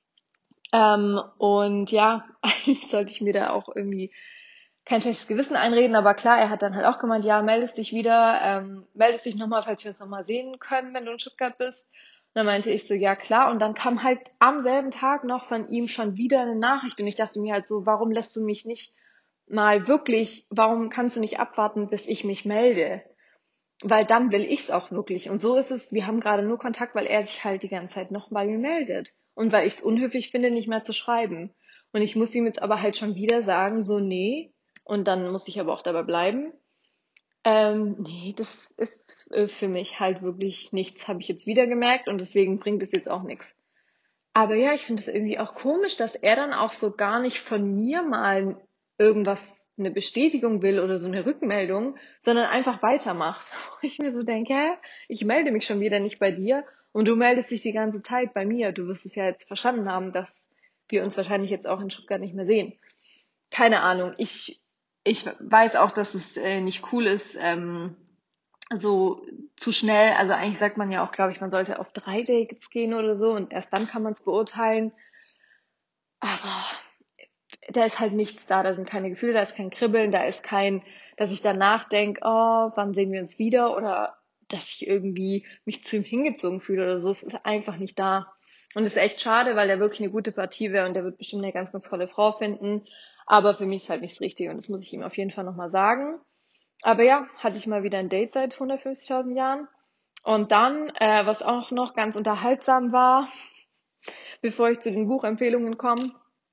Und ja, eigentlich sollte ich mir da auch irgendwie kein schlechtes Gewissen einreden, aber klar, er hat dann halt auch gemeint, ja, meldest dich wieder, meldest dich nochmal, falls wir uns nochmal sehen können, wenn du in Stuttgart bist. Und dann meinte ich so, ja klar. Und dann kam halt am selben Tag noch von ihm schon wieder eine Nachricht und ich dachte mir halt so, warum lässt du mich nicht mal wirklich, warum kannst du nicht abwarten, bis ich mich melde? Weil dann will ich's auch wirklich. Und so ist es, wir haben gerade nur Kontakt, weil er sich halt die ganze Zeit noch bei mir meldet. Und weil ich es unhöflich finde, nicht mehr zu schreiben. Und ich muss ihm jetzt aber halt schon wieder sagen, so nee. Und dann muss ich aber auch dabei bleiben. Nee, das ist für mich halt wirklich nichts, habe ich jetzt wieder gemerkt. Und deswegen bringt es jetzt auch nichts. Aber ja, ich finde es irgendwie auch komisch, dass er dann auch so gar nicht von mir mal irgendwas, eine Bestätigung will oder so eine Rückmeldung, sondern einfach weitermacht. Wo ich mir so denke, hä, ich melde mich schon wieder nicht bei dir und du meldest dich die ganze Zeit bei mir. Du wirst es ja jetzt verstanden haben, dass wir uns wahrscheinlich jetzt auch in Stuttgart nicht mehr sehen. Keine Ahnung. Ich weiß auch, dass es nicht cool ist, so zu schnell, also eigentlich sagt man ja auch, glaube ich, man sollte auf 3 Dates gehen oder so und erst dann kann man es beurteilen. Aber da ist halt nichts da, da sind keine Gefühle, da ist kein Kribbeln, da ist kein, dass ich danach denke, oh, wann sehen wir uns wieder oder dass ich irgendwie mich zu ihm hingezogen fühle oder so. Es ist einfach nicht da. Und es ist echt schade, weil der wirklich eine gute Partie wäre und der wird bestimmt eine ganz, ganz tolle Frau finden. Aber für mich ist halt nicht das Richtige und das muss ich ihm auf jeden Fall nochmal sagen. Aber ja, hatte ich mal wieder ein Date seit 150.000 Jahren. Und dann, was auch noch ganz unterhaltsam war, bevor ich zu den Buchempfehlungen komme.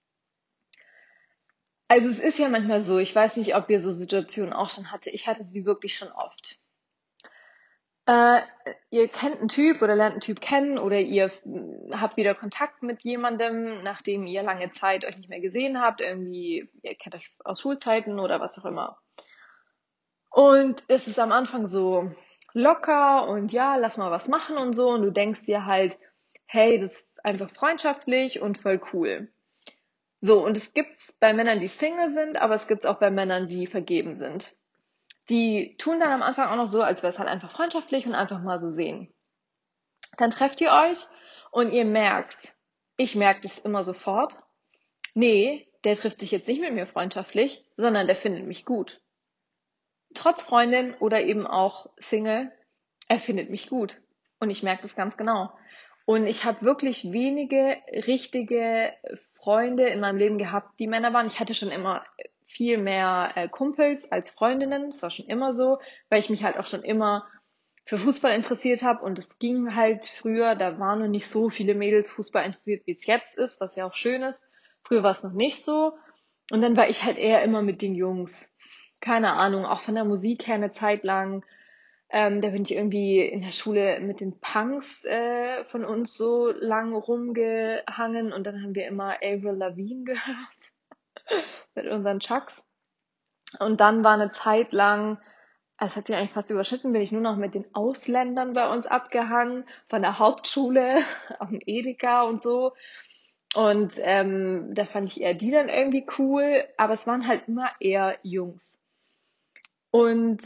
Also es ist ja manchmal so, ich weiß nicht, ob ihr so Situationen auch schon hatte. Ich hatte sie wirklich schon oft. Äh, Ihr kennt einen Typ oder lernt einen Typ kennen oder ihr habt wieder Kontakt mit jemandem, nachdem ihr lange Zeit euch nicht mehr gesehen habt. Irgendwie, ihr kennt euch aus Schulzeiten oder was auch immer. Und es ist am Anfang so locker und ja, lass mal was machen und so. Und du denkst dir halt, hey, das ist einfach freundschaftlich und voll cool. So, und es gibt's bei Männern, die Single sind, aber es gibt's auch bei Männern, die vergeben sind. Die tun dann am Anfang auch noch so, als wäre es halt einfach freundschaftlich und einfach mal so sehen. Dann trefft ihr euch und ihr merkt, ich merke das immer sofort, nee, der trifft sich jetzt nicht mit mir freundschaftlich, sondern der findet mich gut. Trotz Freundin oder eben auch Single, er findet mich gut. Und ich merke das ganz genau. Und ich habe wirklich wenige richtige Freunde in meinem Leben gehabt, die Männer waren. Ich hatte schon immer viel mehr Kumpels als Freundinnen. Das war schon immer so, weil ich mich halt auch schon immer für Fußball interessiert habe. Und es ging halt früher, da waren noch nicht so viele Mädels Fußball interessiert, wie es jetzt ist, was ja auch schön ist. Früher war es noch nicht so. Und dann war ich halt eher immer mit den Jungs. keine Ahnung, auch von der Musik her eine Zeit lang. Da bin ich irgendwie in der Schule mit den Punks von uns so lang rumgehangen und dann haben wir immer Avril Lavigne gehört mit unseren Chucks. Und dann war eine Zeit lang, es hat sich eigentlich fast überschritten, bin ich nur noch mit den Ausländern bei uns abgehangen, von der Hauptschule auf dem Edeka und so. Und da fand ich eher die dann irgendwie cool, aber es waren halt immer eher Jungs. Und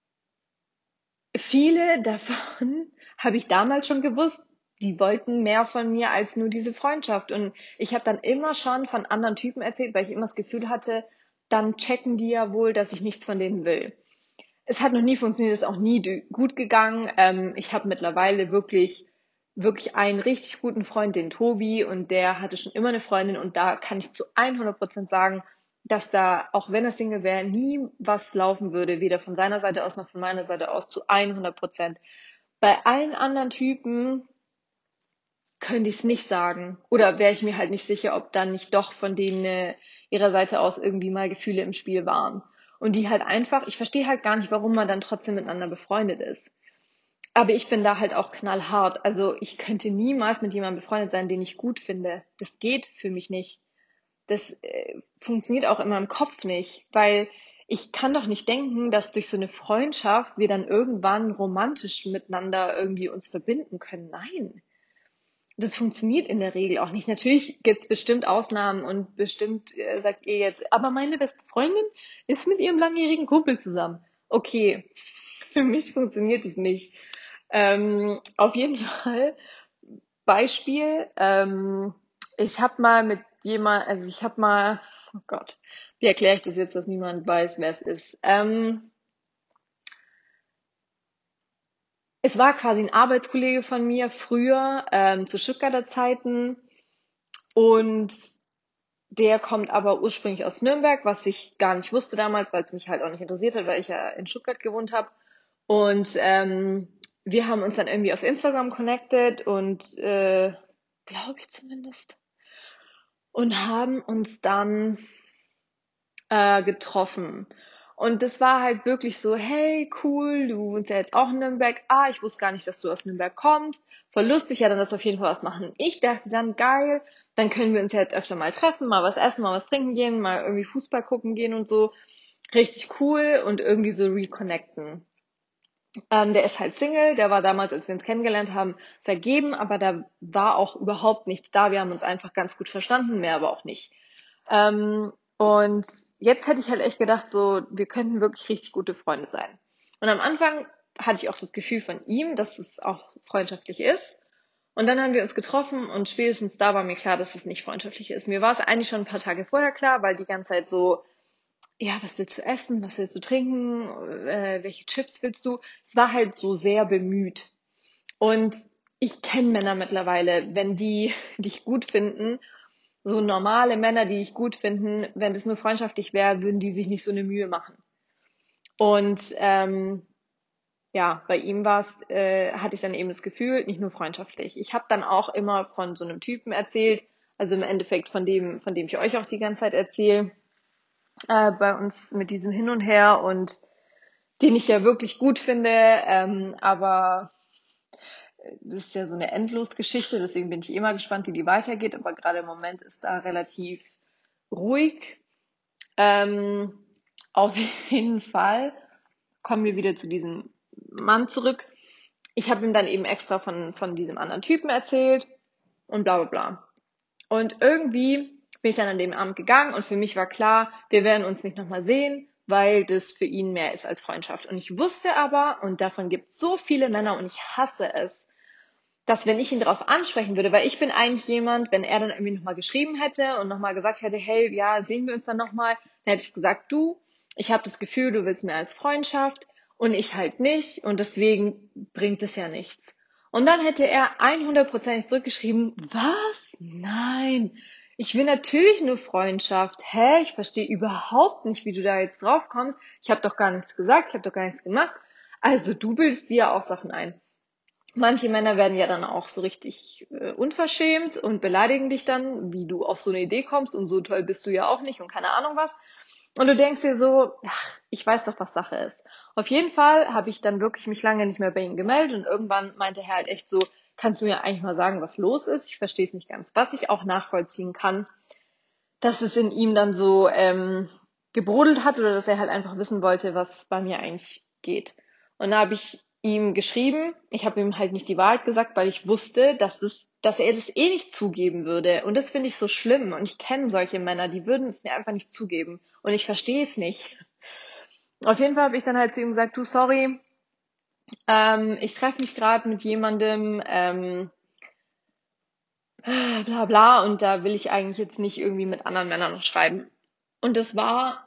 viele davon habe ich damals schon gewusst, die wollten mehr von mir als nur diese Freundschaft. Und ich habe dann immer schon von anderen Typen erzählt, weil ich immer das Gefühl hatte, dann checken die ja wohl, dass ich nichts von denen will. Es hat noch nie funktioniert, ist auch nie gut gegangen. Ich habe mittlerweile wirklich einen richtig guten Freund, den Tobi, und der hatte schon immer eine Freundin und da kann ich zu 100% sagen, dass da, auch wenn er Single wäre, nie was laufen würde, weder von seiner Seite aus noch von meiner Seite aus, zu 100%. Bei allen anderen Typen könnte ich es nicht sagen. Oder wäre ich mir halt nicht sicher, ob dann nicht doch von denen ihrer Seite aus irgendwie mal Gefühle im Spiel waren. Und die halt einfach, ich verstehe halt gar nicht, warum man dann trotzdem miteinander befreundet ist. Aber ich bin da halt auch knallhart. Also ich könnte niemals mit jemandem befreundet sein, den ich gut finde. Das geht für mich nicht. Das funktioniert auch in meinem Kopf nicht, weil ich kann doch nicht denken, dass durch so eine Freundschaft wir dann irgendwann romantisch miteinander irgendwie uns verbinden können. Nein, das funktioniert in der Regel auch nicht. Natürlich gibt es bestimmt Ausnahmen und bestimmt sagt ihr jetzt, aber meine beste Freundin ist mit ihrem langjährigen Kumpel zusammen. Okay, für mich funktioniert es nicht. Auf jeden Fall Beispiel. Ich habe mal mit jemand, also ich habe mal, oh Gott, wie erkläre ich das jetzt, dass niemand weiß, wer es ist? Es war quasi ein Arbeitskollege von mir früher, zu Stuttgarter Zeiten, und der kommt aber ursprünglich aus Nürnberg, was ich gar nicht wusste damals, weil es mich halt auch nicht interessiert hat, weil ich ja in Stuttgart gewohnt habe. Und wir haben uns dann irgendwie auf Instagram connected und glaube ich zumindest. Und haben uns dann getroffen. Und das war halt wirklich so, hey, cool, du wohnst ja jetzt auch in Nürnberg. Ah, ich wusste gar nicht, dass du aus Nürnberg kommst. Voll lustig, ja, dann lass auf jeden Fall was machen. Ich dachte dann, geil, dann können wir uns ja jetzt öfter mal treffen, mal was essen, mal was trinken gehen, mal irgendwie Fußball gucken gehen und so. Richtig cool und irgendwie so reconnecten. Der ist halt Single, der war damals, als wir uns kennengelernt haben, vergeben, aber da war auch überhaupt nichts da. Wir haben uns einfach ganz gut verstanden, mehr aber auch nicht. Und jetzt hätte ich halt echt gedacht, so, wir könnten wirklich richtig gute Freunde sein. Und am Anfang hatte ich auch das Gefühl von ihm, dass es auch freundschaftlich ist. Und dann haben wir uns getroffen und spätestens da war mir klar, dass es nicht freundschaftlich ist. Mir war es eigentlich schon ein paar Tage vorher klar, weil die ganze Zeit so, ja, was willst du essen, was willst du trinken, welche Chips willst du? Es war halt so sehr bemüht. Und ich kenne Männer mittlerweile, wenn die dich gut finden, so normale Männer, die dich gut finden, wenn das nur freundschaftlich wäre, würden die sich nicht so eine Mühe machen. Und ja, bei ihm hatte ich dann eben das Gefühl, nicht nur freundschaftlich. Ich habe dann auch immer von so einem Typen erzählt, also im Endeffekt von dem ich euch auch die ganze Zeit erzähle, bei uns mit diesem Hin und Her, und den ich ja wirklich gut finde, aber das ist ja so eine Endlosgeschichte, deswegen bin ich immer gespannt, wie die weitergeht, aber gerade im Moment ist da relativ ruhig. Ähm, auf jeden Fall kommen wir wieder zu diesem Mann zurück. Ich habe ihm dann eben extra von diesem anderen Typen erzählt und bla bla bla. Und irgendwie bin ich dann an dem Abend gegangen und für mich war klar, wir werden uns nicht nochmal sehen, weil das für ihn mehr ist als Freundschaft. Und ich wusste aber, und davon gibt es so viele Männer und ich hasse es, dass wenn ich ihn darauf ansprechen würde, weil ich bin eigentlich jemand, wenn er dann irgendwie nochmal geschrieben hätte und nochmal gesagt hätte, hey, ja, sehen wir uns dann nochmal, dann hätte ich gesagt, du, ich habe das Gefühl, du willst mehr als Freundschaft und ich halt nicht und deswegen bringt es ja nichts. Und dann hätte er 100%ig zurückgeschrieben, was? Nein, ich will natürlich nur Freundschaft. Hä? Ich verstehe überhaupt nicht, wie du da jetzt drauf kommst. Ich habe doch gar nichts gesagt, ich habe doch gar nichts gemacht. Also du bildest dir ja auch Sachen ein. Manche Männer werden ja dann auch so richtig unverschämt und beleidigen dich dann, wie du auf so eine Idee kommst und so toll bist du ja auch nicht und keine Ahnung was. Und du denkst dir so, ach, ich weiß doch, was Sache ist. Auf jeden Fall habe ich dann wirklich mich lange nicht mehr bei ihm gemeldet und irgendwann meinte er halt echt so, kannst du mir eigentlich mal sagen, was los ist? Ich verstehe es nicht ganz. Was ich auch nachvollziehen kann, dass es in ihm dann so gebrodelt hat oder dass er halt einfach wissen wollte, was bei mir eigentlich geht. Und da habe ich ihm geschrieben, ich habe ihm halt nicht die Wahrheit gesagt, weil ich wusste, dass er das eh nicht zugeben würde. Und das finde ich so schlimm. Und ich kenne solche Männer, die würden es mir einfach nicht zugeben. Und ich verstehe es nicht. Auf jeden Fall habe ich dann halt zu ihm gesagt, du, sorry, ich treffe mich gerade mit jemandem, bla bla, und da will ich eigentlich jetzt nicht irgendwie mit anderen Männern noch schreiben. Und das war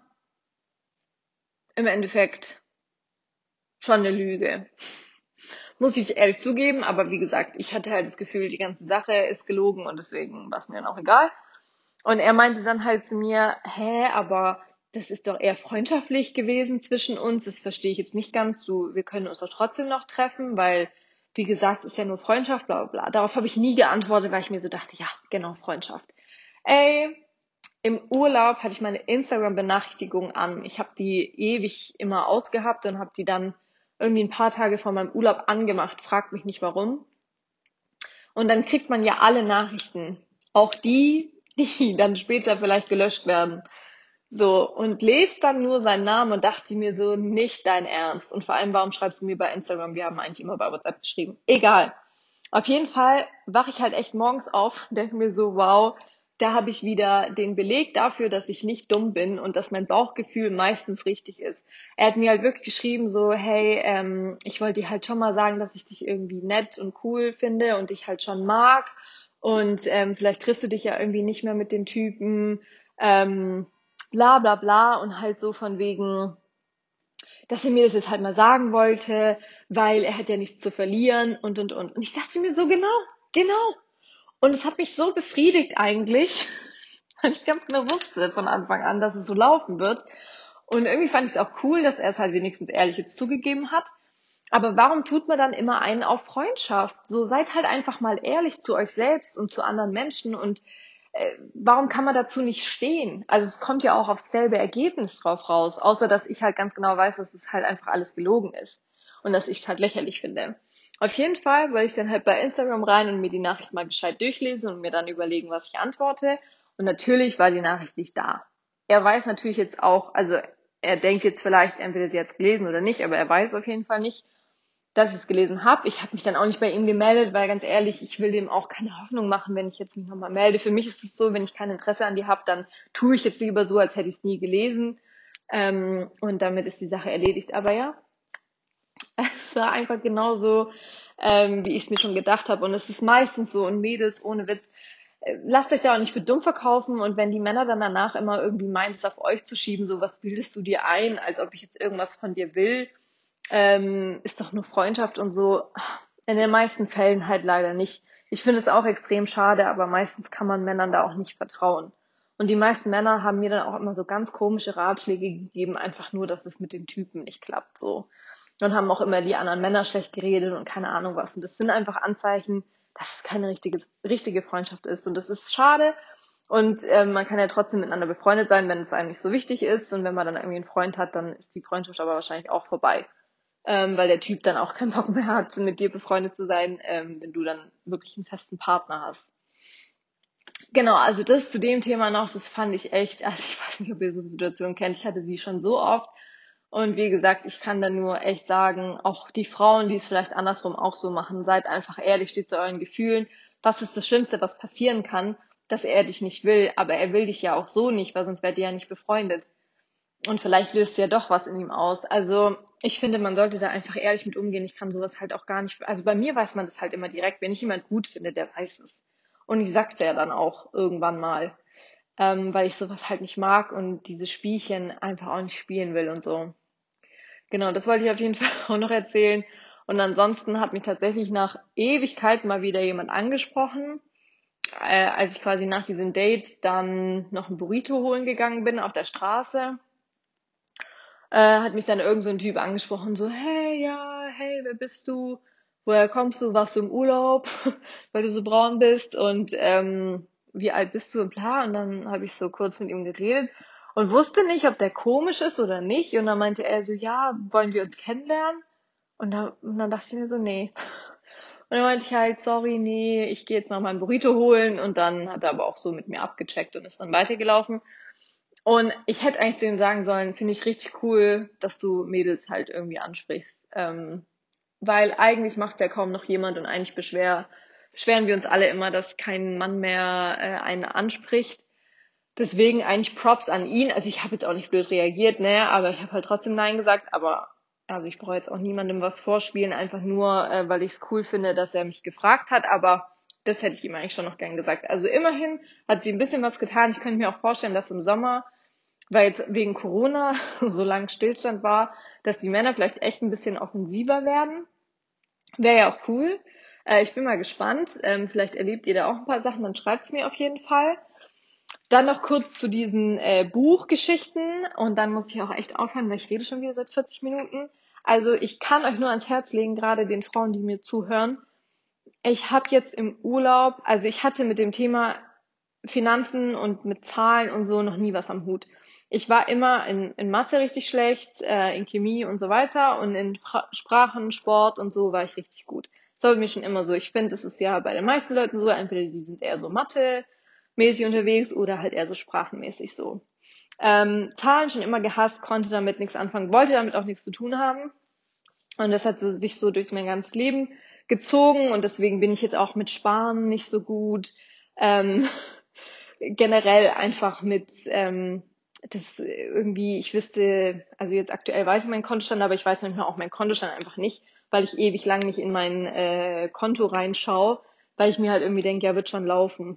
im Endeffekt schon eine Lüge. Muss ich ehrlich zugeben, aber wie gesagt, ich hatte halt das Gefühl, die ganze Sache ist gelogen und deswegen war es mir dann auch egal. Und er meinte dann halt zu mir, aber das ist doch eher freundschaftlich gewesen zwischen uns, das verstehe ich jetzt nicht ganz, wir können uns doch trotzdem noch treffen, weil, wie gesagt, ist ja nur Freundschaft, bla bla bla. Darauf habe ich nie geantwortet, weil ich mir so dachte, ja, genau, Freundschaft. Ey, im Urlaub hatte ich meine Instagram-Benachrichtigung an. Ich habe die ewig immer ausgehabt und habe die dann irgendwie ein paar Tage vor meinem Urlaub angemacht. Fragt mich nicht warum. Und dann kriegt man ja alle Nachrichten. Auch die, die dann später vielleicht gelöscht werden. So, und lest dann nur seinen Namen und dachte mir so, nicht dein Ernst. Und vor allem, warum schreibst du mir bei Instagram? Wir haben eigentlich immer bei WhatsApp geschrieben. Egal. Auf jeden Fall wache ich halt echt morgens auf und denke mir so, wow, da habe ich wieder den Beleg dafür, dass ich nicht dumm bin und dass mein Bauchgefühl meistens richtig ist. Er hat mir halt wirklich geschrieben so, hey, ich wollte dir halt schon mal sagen, dass ich dich irgendwie nett und cool finde und dich halt schon mag und vielleicht triffst du dich ja irgendwie nicht mehr mit dem Typen, bla bla bla, und halt so von wegen, dass er mir das jetzt halt mal sagen wollte, weil er hat ja nichts zu verlieren und und. Und ich dachte mir so, genau, genau. Und es hat mich so befriedigt eigentlich, weil ich ganz genau wusste von Anfang an, dass es so laufen wird. Und irgendwie fand ich es auch cool, dass er es halt wenigstens ehrlich jetzt zugegeben hat. Aber warum tut man dann immer einen auf Freundschaft? So, seid halt einfach mal ehrlich zu euch selbst und zu anderen Menschen und warum kann man dazu nicht stehen? Also es kommt ja auch aufs selbe Ergebnis drauf raus, außer dass ich halt ganz genau weiß, dass es halt einfach alles gelogen ist und dass ich es halt lächerlich finde. Auf jeden Fall wollte ich dann halt bei Instagram rein und mir die Nachricht mal gescheit durchlesen und mir dann überlegen, was ich antworte. Und natürlich war die Nachricht nicht da. Er weiß natürlich jetzt auch, also er denkt jetzt vielleicht, entweder sie hat es gelesen oder nicht, aber er weiß auf jeden Fall nicht, dass ich es gelesen habe. Ich habe mich dann auch nicht bei ihm gemeldet, weil ganz ehrlich, ich will dem auch keine Hoffnung machen, wenn ich jetzt mich nochmal melde. Für mich ist es so, wenn ich kein Interesse an dir habe, dann tue ich jetzt lieber so, als hätte ich es nie gelesen. Und damit ist die Sache erledigt. Aber ja, es war einfach genauso, wie ich es mir schon gedacht habe. Und es ist meistens so, und Mädels, ohne Witz, lasst euch da auch nicht für dumm verkaufen. Und wenn die Männer dann danach immer irgendwie meinen, es auf euch zu schieben, so, was bildest du dir ein, als ob ich jetzt irgendwas von dir will, ist doch nur Freundschaft und so. In den meisten Fällen halt leider nicht. Ich finde es auch extrem schade, aber meistens kann man Männern da auch nicht vertrauen. Und die meisten Männer haben mir dann auch immer so ganz komische Ratschläge gegeben, einfach nur, dass es mit den Typen nicht klappt, so. Und haben auch immer die anderen Männer schlecht geredet und keine Ahnung was. Und das sind einfach Anzeichen, dass es keine richtige Freundschaft ist. Und das ist schade. Und man kann ja trotzdem miteinander befreundet sein, wenn es einem nicht so wichtig ist. Und wenn man dann irgendwie einen Freund hat, dann ist die Freundschaft aber wahrscheinlich auch vorbei, weil der Typ dann auch keinen Bock mehr hat, mit dir befreundet zu sein, wenn du dann wirklich einen festen Partner hast. Genau, also das zu dem Thema noch, das fand ich echt, also ich weiß nicht, ob ihr so Situationen kennt, ich hatte sie schon so oft. Und wie gesagt, ich kann da nur echt sagen, auch die Frauen, die es vielleicht andersrum auch so machen, seid einfach ehrlich, steht zu euren Gefühlen. Was ist das Schlimmste, was passieren kann? Dass er dich nicht will, aber er will dich ja auch so nicht, weil sonst wärt ihr ja nicht befreundet. Und vielleicht löst ja doch was in ihm aus. Also ich finde, man sollte da einfach ehrlich mit umgehen. Ich kann sowas halt auch gar nicht. Also bei mir weiß man das halt immer direkt. Wenn ich jemand gut finde, der weiß es. Und ich sag's ja dann auch irgendwann mal, weil ich sowas halt nicht mag und diese Spielchen einfach auch nicht spielen will und so. Genau, das wollte ich auf jeden Fall auch noch erzählen. Und ansonsten hat mich tatsächlich nach Ewigkeit mal wieder jemand angesprochen, als ich quasi nach diesem Date dann noch ein Burrito holen gegangen bin auf der Straße. Hat mich dann irgend so ein Typ angesprochen, so, hey, ja, hey, wer bist du? Woher kommst du? Warst du im Urlaub? Weil du so braun bist und wie alt bist du und bla. Und dann habe ich so kurz mit ihm geredet und wusste nicht, ob der komisch ist oder nicht. Und dann meinte er so, ja, wollen wir uns kennenlernen? Und dann dachte ich mir so, nee. Und dann meinte ich halt, sorry, nee, ich gehe jetzt mal meinen Burrito holen. Und dann hat er aber auch so mit mir abgecheckt und ist dann weitergelaufen. Und ich hätte eigentlich zu ihm sagen sollen, finde ich richtig cool, dass du Mädels halt irgendwie ansprichst. Weil eigentlich macht ja kaum noch jemand und eigentlich beschweren wir uns alle immer, dass kein Mann mehr einen anspricht. Deswegen eigentlich Props an ihn. Also ich habe jetzt auch nicht blöd reagiert, ne, aber ich habe halt trotzdem Nein gesagt. Aber also ich brauche jetzt auch niemandem was vorspielen, einfach nur, weil ich es cool finde, dass er mich gefragt hat. Aber das hätte ich ihm eigentlich schon noch gern gesagt. Also immerhin hat sie ein bisschen was getan. Ich könnte mir auch vorstellen, dass im Sommer, weil jetzt wegen Corona so lang Stillstand war, dass die Männer vielleicht echt ein bisschen offensiver werden. Wäre ja auch cool. Ich bin mal gespannt. Vielleicht erlebt ihr da auch ein paar Sachen, dann schreibt's mir auf jeden Fall. Dann noch kurz zu diesen Buchgeschichten und dann muss ich auch echt aufhören, weil ich rede schon wieder seit 40 Minuten. Also ich kann euch nur ans Herz legen, gerade den Frauen, die mir zuhören. Ich habe jetzt im Urlaub, also ich hatte mit dem Thema Finanzen und mit Zahlen und so noch nie was am Hut. Ich war immer in Mathe richtig schlecht, in Chemie und so weiter und in Sprachen, Sport und so war ich richtig gut. Das war bei mir schon immer so. Ich finde, das ist ja bei den meisten Leuten so, entweder die sind eher so Mathe-mäßig unterwegs oder halt eher so sprachenmäßig so. Zahlen schon immer gehasst, konnte damit nichts anfangen, wollte damit auch nichts zu tun haben. Und das hat sich so durch mein ganzes Leben gezogen und deswegen bin ich jetzt auch mit Sparen nicht so gut. Ähm, generell einfach mit, das irgendwie, ich wüsste, also jetzt aktuell weiß ich meinen Kontostand, aber ich weiß manchmal auch meinen Kontostand einfach nicht, weil ich ewig lang nicht in mein Konto reinschaue, weil ich mir halt irgendwie denke, ja, wird schon laufen.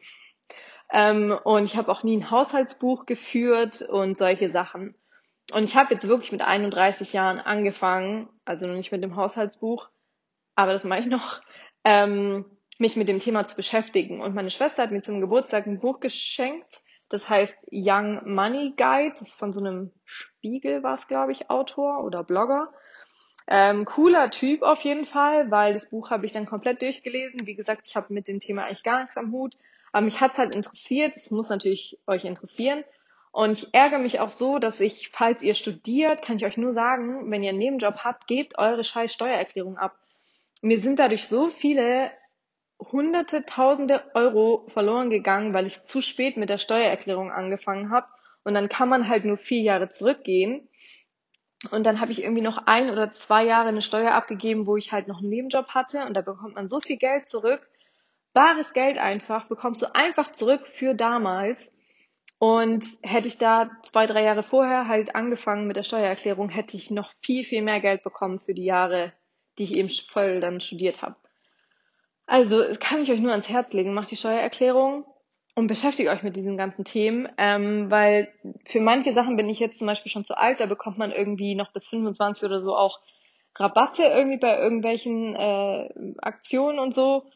Und ich habe auch nie ein Haushaltsbuch geführt und solche Sachen. Und ich habe jetzt wirklich mit 31 Jahren angefangen, also noch nicht mit dem Haushaltsbuch, aber das mache ich noch, mich mit dem Thema zu beschäftigen. Und meine Schwester hat mir zum Geburtstag ein Buch geschenkt, das heißt Young Money Guide, das ist von so einem Spiegel, war es, glaube ich, Autor oder Blogger. Cooler Typ auf jeden Fall, weil das Buch habe ich dann komplett durchgelesen. Wie gesagt, ich habe mit dem Thema eigentlich gar nichts am Hut, aber mich hat's halt interessiert. Es muss natürlich euch interessieren. Und ich ärgere mich auch so, dass ich, falls ihr studiert, kann ich euch nur sagen, wenn ihr einen Nebenjob habt, gebt eure scheiß Steuererklärung ab. Mir sind dadurch so viele Hunderte, Tausende Euro verloren gegangen, weil ich zu spät mit der Steuererklärung angefangen habe. Und dann kann man halt nur 4 Jahre zurückgehen. Und dann habe ich irgendwie noch 1 oder 2 Jahre eine Steuer abgegeben, wo ich halt noch einen Nebenjob hatte. Und da bekommt man so viel Geld zurück. Bares Geld einfach, bekommst du einfach zurück für damals. Und hätte ich da 2, 3 Jahre vorher halt angefangen mit der Steuererklärung, hätte ich noch viel, viel mehr Geld bekommen für die Jahre, die ich eben voll dann studiert habe. Also, das kann ich euch nur ans Herz legen. Macht die Steuererklärung und beschäftigt euch mit diesen ganzen Themen, weil für manche Sachen bin ich jetzt zum Beispiel schon zu alt, da bekommt man irgendwie noch bis 25 oder so auch Rabatte irgendwie bei irgendwelchen Aktionen und so.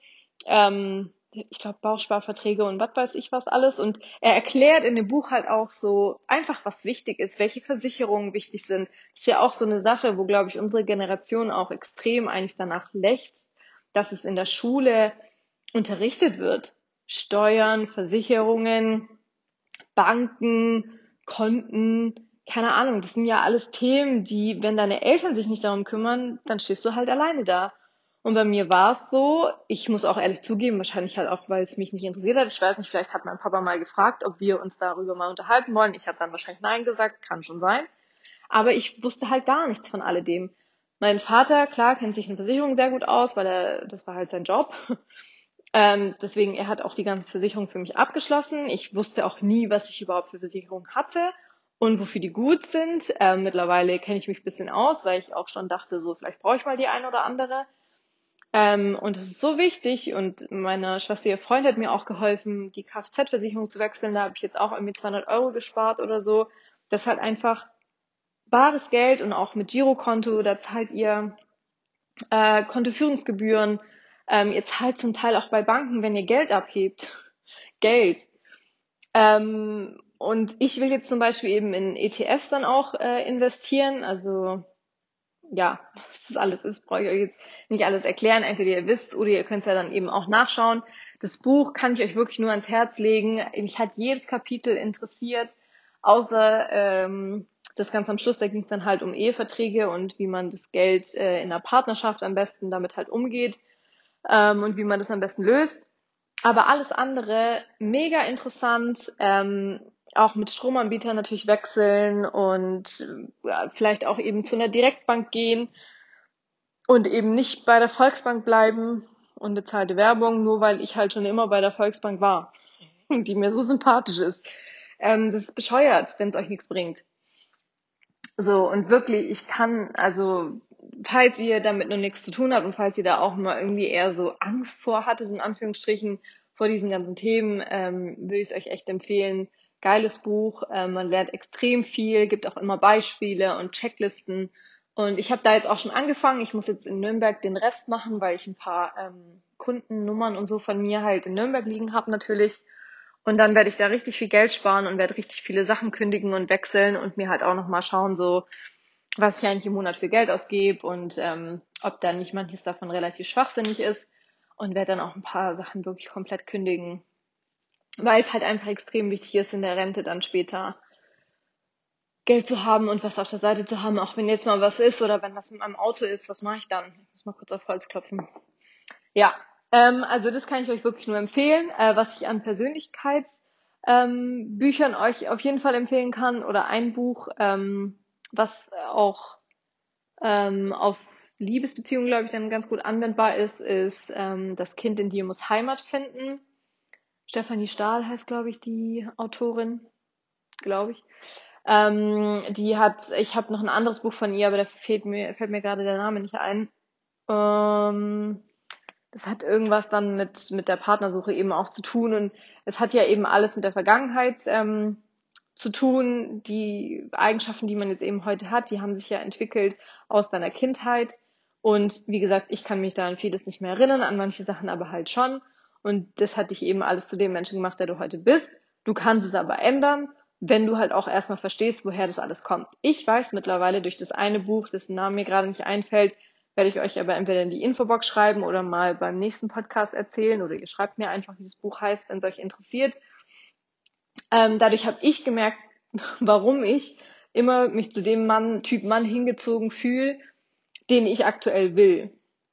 Ich glaube Bausparverträge und was weiß ich was alles. Und er erklärt in dem Buch halt auch so einfach, was wichtig ist, welche Versicherungen wichtig sind. Das ist ja auch so eine Sache, wo, glaube ich, unsere Generation auch extrem eigentlich danach lechzt, dass es in der Schule unterrichtet wird. Steuern, Versicherungen, Banken, Konten, keine Ahnung, das sind ja alles Themen, die, wenn deine Eltern sich nicht darum kümmern, dann stehst du halt alleine da. Und bei mir war es so, ich muss auch ehrlich zugeben, wahrscheinlich halt auch, weil es mich nicht interessiert hat. Ich weiß nicht, vielleicht hat mein Papa mal gefragt, ob wir uns darüber mal unterhalten wollen. Ich habe dann wahrscheinlich Nein gesagt, kann schon sein. Aber ich wusste halt gar nichts von alledem. Mein Vater, klar, kennt sich in Versicherungen sehr gut aus, weil das war halt sein Job. Deswegen, er hat auch die ganze Versicherung für mich abgeschlossen. Ich wusste auch nie, was ich überhaupt für Versicherungen hatte und wofür die gut sind. Mittlerweile kenne ich mich ein bisschen aus, weil ich auch schon dachte, so vielleicht brauche ich mal die eine oder andere. Und es ist so wichtig und meine Schwester, ihr Freund hat mir auch geholfen, die Kfz-Versicherung zu wechseln. Da habe ich jetzt auch irgendwie 200 Euro gespart oder so. Das ist halt einfach bares Geld und auch mit Girokonto, da zahlt ihr Kontoführungsgebühren. Ihr zahlt zum Teil auch bei Banken, wenn ihr Geld abhebt. Geld. Und ich will jetzt zum Beispiel eben in ETFs dann auch investieren. Also ja, was das alles ist, brauche ich euch jetzt nicht alles erklären. Entweder ihr wisst oder ihr könnt es ja dann eben auch nachschauen. Das Buch kann ich euch wirklich nur ans Herz legen. Mich hat jedes Kapitel interessiert. Außer das ganz am Schluss, da ging es dann halt um Eheverträge und wie man das Geld in der Partnerschaft am besten damit halt umgeht und wie man das am besten löst. Aber alles andere mega interessant. Auch mit Stromanbietern natürlich wechseln und ja, vielleicht auch eben zu einer Direktbank gehen und eben nicht bei der Volksbank bleiben und bezahlte Werbung, nur weil ich halt schon immer bei der Volksbank war und die mir so sympathisch ist. Das ist bescheuert, wenn es euch nichts bringt. So, und wirklich, ich kann, also, falls ihr damit noch nichts zu tun habt und falls ihr da auch mal irgendwie eher so Angst vor hattet, in Anführungsstrichen, vor diesen ganzen Themen, will ich es euch echt empfehlen. Geiles Buch, man lernt extrem viel, gibt auch immer Beispiele und Checklisten. Und ich habe da jetzt auch schon angefangen. Ich muss jetzt in Nürnberg den Rest machen, weil ich ein paar Kundennummern und so von mir halt in Nürnberg liegen habe natürlich. Und dann werde ich da richtig viel Geld sparen und werde richtig viele Sachen kündigen und wechseln und mir halt auch nochmal schauen, so was ich eigentlich im Monat für Geld ausgebe und ob dann nicht manches davon relativ schwachsinnig ist und werde dann auch ein paar Sachen wirklich komplett kündigen, weil es halt einfach extrem wichtig ist, in der Rente dann später Geld zu haben und was auf der Seite zu haben, auch wenn jetzt mal was ist oder wenn was mit meinem Auto ist, was mache ich dann? Ich muss mal kurz auf Holz klopfen. Ja, also das kann ich euch wirklich nur empfehlen. Was ich an Persönlichkeitsbüchern euch auf jeden Fall empfehlen kann oder ein Buch, was auch auf Liebesbeziehungen, glaube ich, dann ganz gut anwendbar ist Das Kind in dir muss Heimat finden. Stefanie Stahl heißt, glaube ich, die Autorin, glaube ich. Ich habe noch ein anderes Buch von ihr, aber da fällt mir gerade der Name nicht ein. Ähm, Das hat irgendwas dann mit der Partnersuche eben auch zu tun und es hat ja eben alles mit der Vergangenheit zu tun. Die Eigenschaften, die man jetzt eben heute hat, die haben sich ja entwickelt aus deiner Kindheit. Und wie gesagt, ich kann mich da an vieles nicht mehr erinnern, an manche Sachen aber halt schon. Und das hat dich eben alles zu dem Menschen gemacht, der du heute bist. Du kannst es aber ändern, wenn du halt auch erstmal verstehst, woher das alles kommt. Ich weiß mittlerweile durch das eine Buch, dessen Name mir gerade nicht einfällt, werde ich euch aber entweder in die Infobox schreiben oder mal beim nächsten Podcast erzählen oder ihr schreibt mir einfach, wie das Buch heißt, wenn es euch interessiert. Dadurch habe ich gemerkt, warum ich immer mich zu dem Typ Mann hingezogen fühle, den ich aktuell will.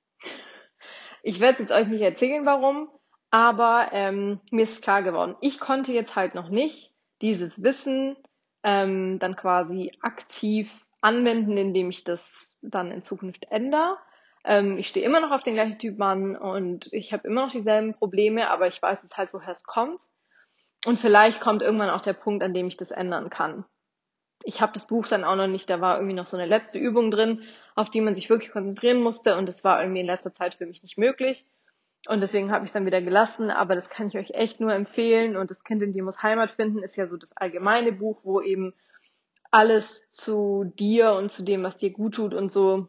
Ich werde jetzt euch nicht erzählen, warum, aber mir ist klar geworden, ich konnte jetzt halt noch nicht dieses Wissen dann quasi aktiv anwenden, indem ich das dann in Zukunft ändere. Ich stehe immer noch auf den gleichen Typ Mann und ich habe immer noch dieselben Probleme, aber ich weiß jetzt halt, woher es kommt. Und vielleicht kommt irgendwann auch der Punkt, an dem ich das ändern kann. Ich habe das Buch dann auch noch nicht, da war irgendwie noch so eine letzte Übung drin, auf die man sich wirklich konzentrieren musste und das war irgendwie in letzter Zeit für mich nicht möglich. Und deswegen habe ich es dann wieder gelassen, aber das kann ich euch echt nur empfehlen. Und das Kind in dir muss Heimat finden ist ja so das allgemeine Buch, wo eben alles zu dir und zu dem, was dir gut tut und so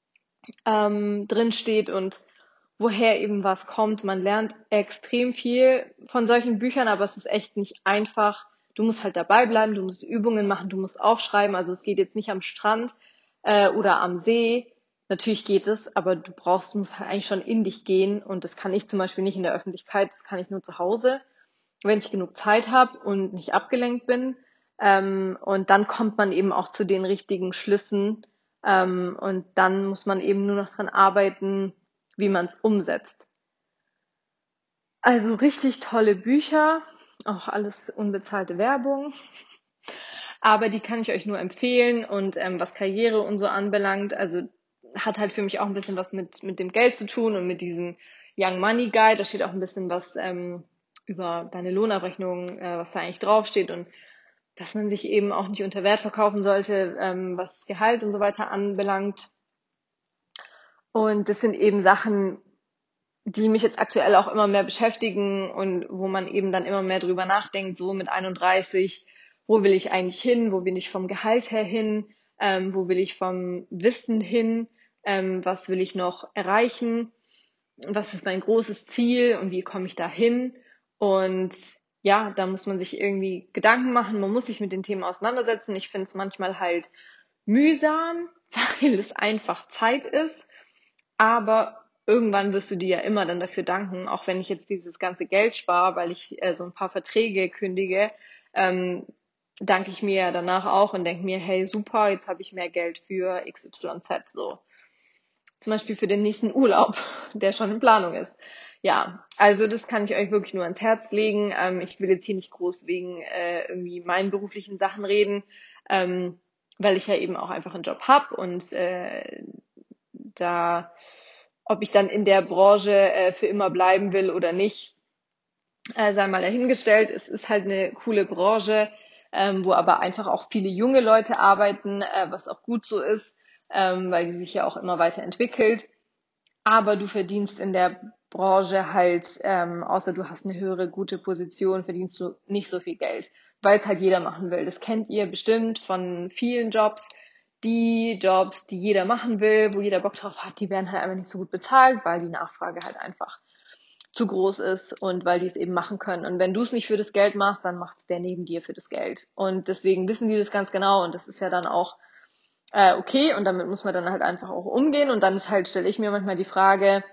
drin steht und woher eben was kommt. Man lernt extrem viel von solchen Büchern, aber es ist echt nicht einfach. Du musst halt dabei bleiben, du musst Übungen machen, du musst aufschreiben. Also es geht jetzt nicht am Strand oder am See. Natürlich geht es, aber musst halt eigentlich schon in dich gehen. Und das kann ich zum Beispiel nicht in der Öffentlichkeit, das kann ich nur zu Hause, wenn ich genug Zeit habe und nicht abgelenkt bin. Und dann kommt man eben auch zu den richtigen Schlüssen. Und dann muss man eben nur noch dran arbeiten, wie man es umsetzt. Also richtig tolle Bücher, auch alles unbezahlte Werbung, aber die kann ich euch nur empfehlen und was Karriere und so anbelangt, also hat halt für mich auch ein bisschen was mit dem Geld zu tun und mit diesem Young Money Guide, da steht auch ein bisschen was über deine Lohnabrechnung, was da eigentlich draufsteht und dass man sich eben auch nicht unter Wert verkaufen sollte, was Gehalt und so weiter anbelangt. Und das sind eben Sachen, die mich jetzt aktuell auch immer mehr beschäftigen und wo man eben dann immer mehr drüber nachdenkt, so mit 31, wo will ich eigentlich hin, wo bin ich vom Gehalt her hin, wo will ich vom Wissen hin, was will ich noch erreichen, was ist mein großes Ziel und wie komme ich da hin und ja, da muss man sich irgendwie Gedanken machen, man muss sich mit den Themen auseinandersetzen. Ich finde es manchmal halt mühsam, weil es einfach Zeit ist, aber irgendwann wirst du dir ja immer dann dafür danken, auch wenn ich jetzt dieses ganze Geld spare, weil ich so ein paar Verträge kündige, ähm, danke ich mir danach auch und denke mir, hey, super, jetzt habe ich mehr Geld für XYZ, so. Zum Beispiel für den nächsten Urlaub, der schon in Planung ist. Ja, also das kann ich euch wirklich nur ans Herz legen. Ich will jetzt hier nicht groß wegen irgendwie meinen beruflichen Sachen reden, weil ich ja eben auch einfach einen Job habe und da, ob ich dann in der Branche für immer bleiben will oder nicht, sei mal dahingestellt. Es ist halt eine coole Branche, wo aber einfach auch viele junge Leute arbeiten, was auch gut so ist, weil die sich ja auch immer weiterentwickelt. Aber du verdienst in der Branche halt, außer du hast eine höhere, gute Position, verdienst du nicht so viel Geld, weil es halt jeder machen will. Das kennt ihr bestimmt von vielen Jobs. Die Jobs, die jeder machen will, wo jeder Bock drauf hat, die werden halt einfach nicht so gut bezahlt, weil die Nachfrage halt einfach zu groß ist und weil die es eben machen können. Und wenn du es nicht für das Geld machst, dann macht es der neben dir für das Geld. Und deswegen wissen die das ganz genau und das ist ja dann auch okay und damit muss man dann halt einfach auch umgehen. Und dann ist halt, stelle ich mir manchmal die Frage,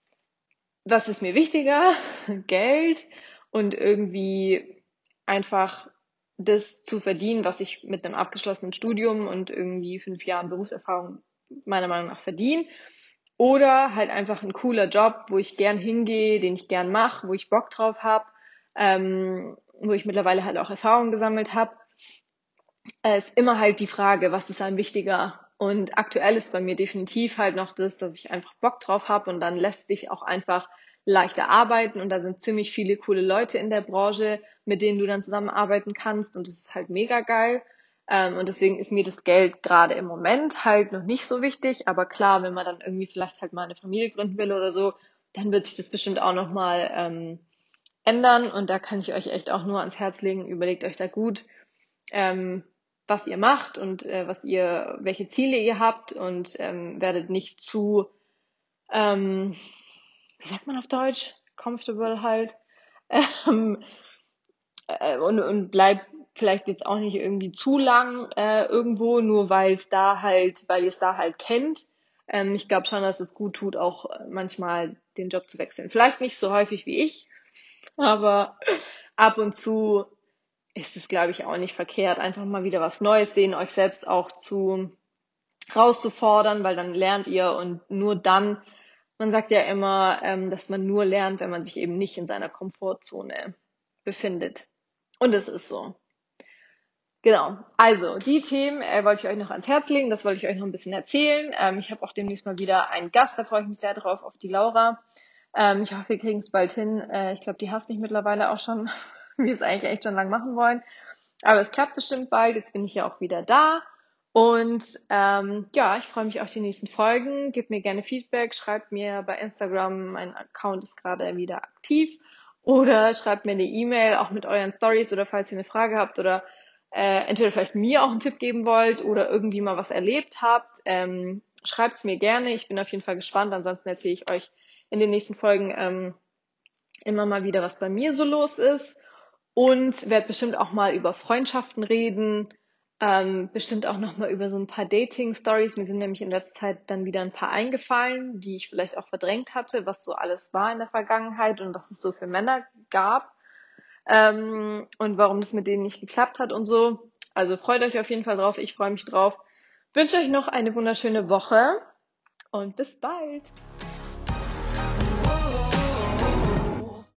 was ist mir wichtiger? Geld und irgendwie einfach das zu verdienen, was ich mit einem abgeschlossenen Studium und irgendwie 5 Jahren Berufserfahrung meiner Meinung nach verdiene. Oder halt einfach ein cooler Job, wo ich gern hingehe, den ich gern mache, wo ich Bock drauf habe, wo ich mittlerweile halt auch Erfahrung gesammelt habe. Ist immer halt die Frage, was ist einem wichtiger? Und aktuell ist bei mir definitiv halt noch das, dass ich einfach Bock drauf habe und dann lässt sich auch einfach leichter arbeiten und da sind ziemlich viele coole Leute in der Branche, mit denen du dann zusammenarbeiten kannst und das ist halt mega geil. Und deswegen ist mir das Geld gerade im Moment halt noch nicht so wichtig, aber klar, wenn man dann irgendwie vielleicht halt mal eine Familie gründen will oder so, dann wird sich das bestimmt auch nochmal ändern und da kann ich euch echt auch nur ans Herz legen, überlegt euch da gut, ähm, was ihr macht und welche Ziele ihr habt und werdet nicht zu, ähm, wie sagt man auf Deutsch, comfortable halt ähm, und bleibt vielleicht jetzt auch nicht irgendwie zu lang irgendwo, nur weil ihr es da halt kennt. Ich glaube schon, dass es gut tut, auch manchmal den Job zu wechseln. Vielleicht nicht so häufig wie ich, aber ab und zu ist es, glaube ich, auch nicht verkehrt, einfach mal wieder was Neues sehen, euch selbst auch rauszufordern, weil dann lernt ihr und nur dann, man sagt ja immer, dass man nur lernt, wenn man sich eben nicht in seiner Komfortzone befindet. Und es ist so. Genau. Also, die Themen wollte ich euch noch ans Herz legen, das wollte ich euch noch ein bisschen erzählen. Ich habe auch demnächst mal wieder einen Gast, da freue ich mich sehr drauf, auf die Laura. Ich hoffe, wir kriegen es bald hin. Ich glaube, die hasst mich mittlerweile auch schon, wir es eigentlich echt schon lang machen wollen. Aber es klappt bestimmt bald. Jetzt bin ich ja auch wieder da. Und ja, ich freue mich auf die nächsten Folgen. Gebt mir gerne Feedback. Schreibt mir bei Instagram. Mein Account ist gerade wieder aktiv. Oder schreibt mir eine E-Mail, auch mit euren Stories oder falls ihr eine Frage habt oder entweder vielleicht mir auch einen Tipp geben wollt oder irgendwie mal was erlebt habt. Schreibt es mir gerne. Ich bin auf jeden Fall gespannt. Ansonsten erzähle ich euch in den nächsten Folgen immer mal wieder, was bei mir so los ist. Und werde bestimmt auch mal über Freundschaften reden, bestimmt auch noch mal über so ein paar Dating-Stories. Mir sind nämlich in letzter Zeit dann wieder ein paar eingefallen, die ich vielleicht auch verdrängt hatte, was so alles war in der Vergangenheit und was es so für Männer gab und warum das mit denen nicht geklappt hat und so. Also freut euch auf jeden Fall drauf, ich freue mich drauf. Wünsche euch noch eine wunderschöne Woche und bis bald.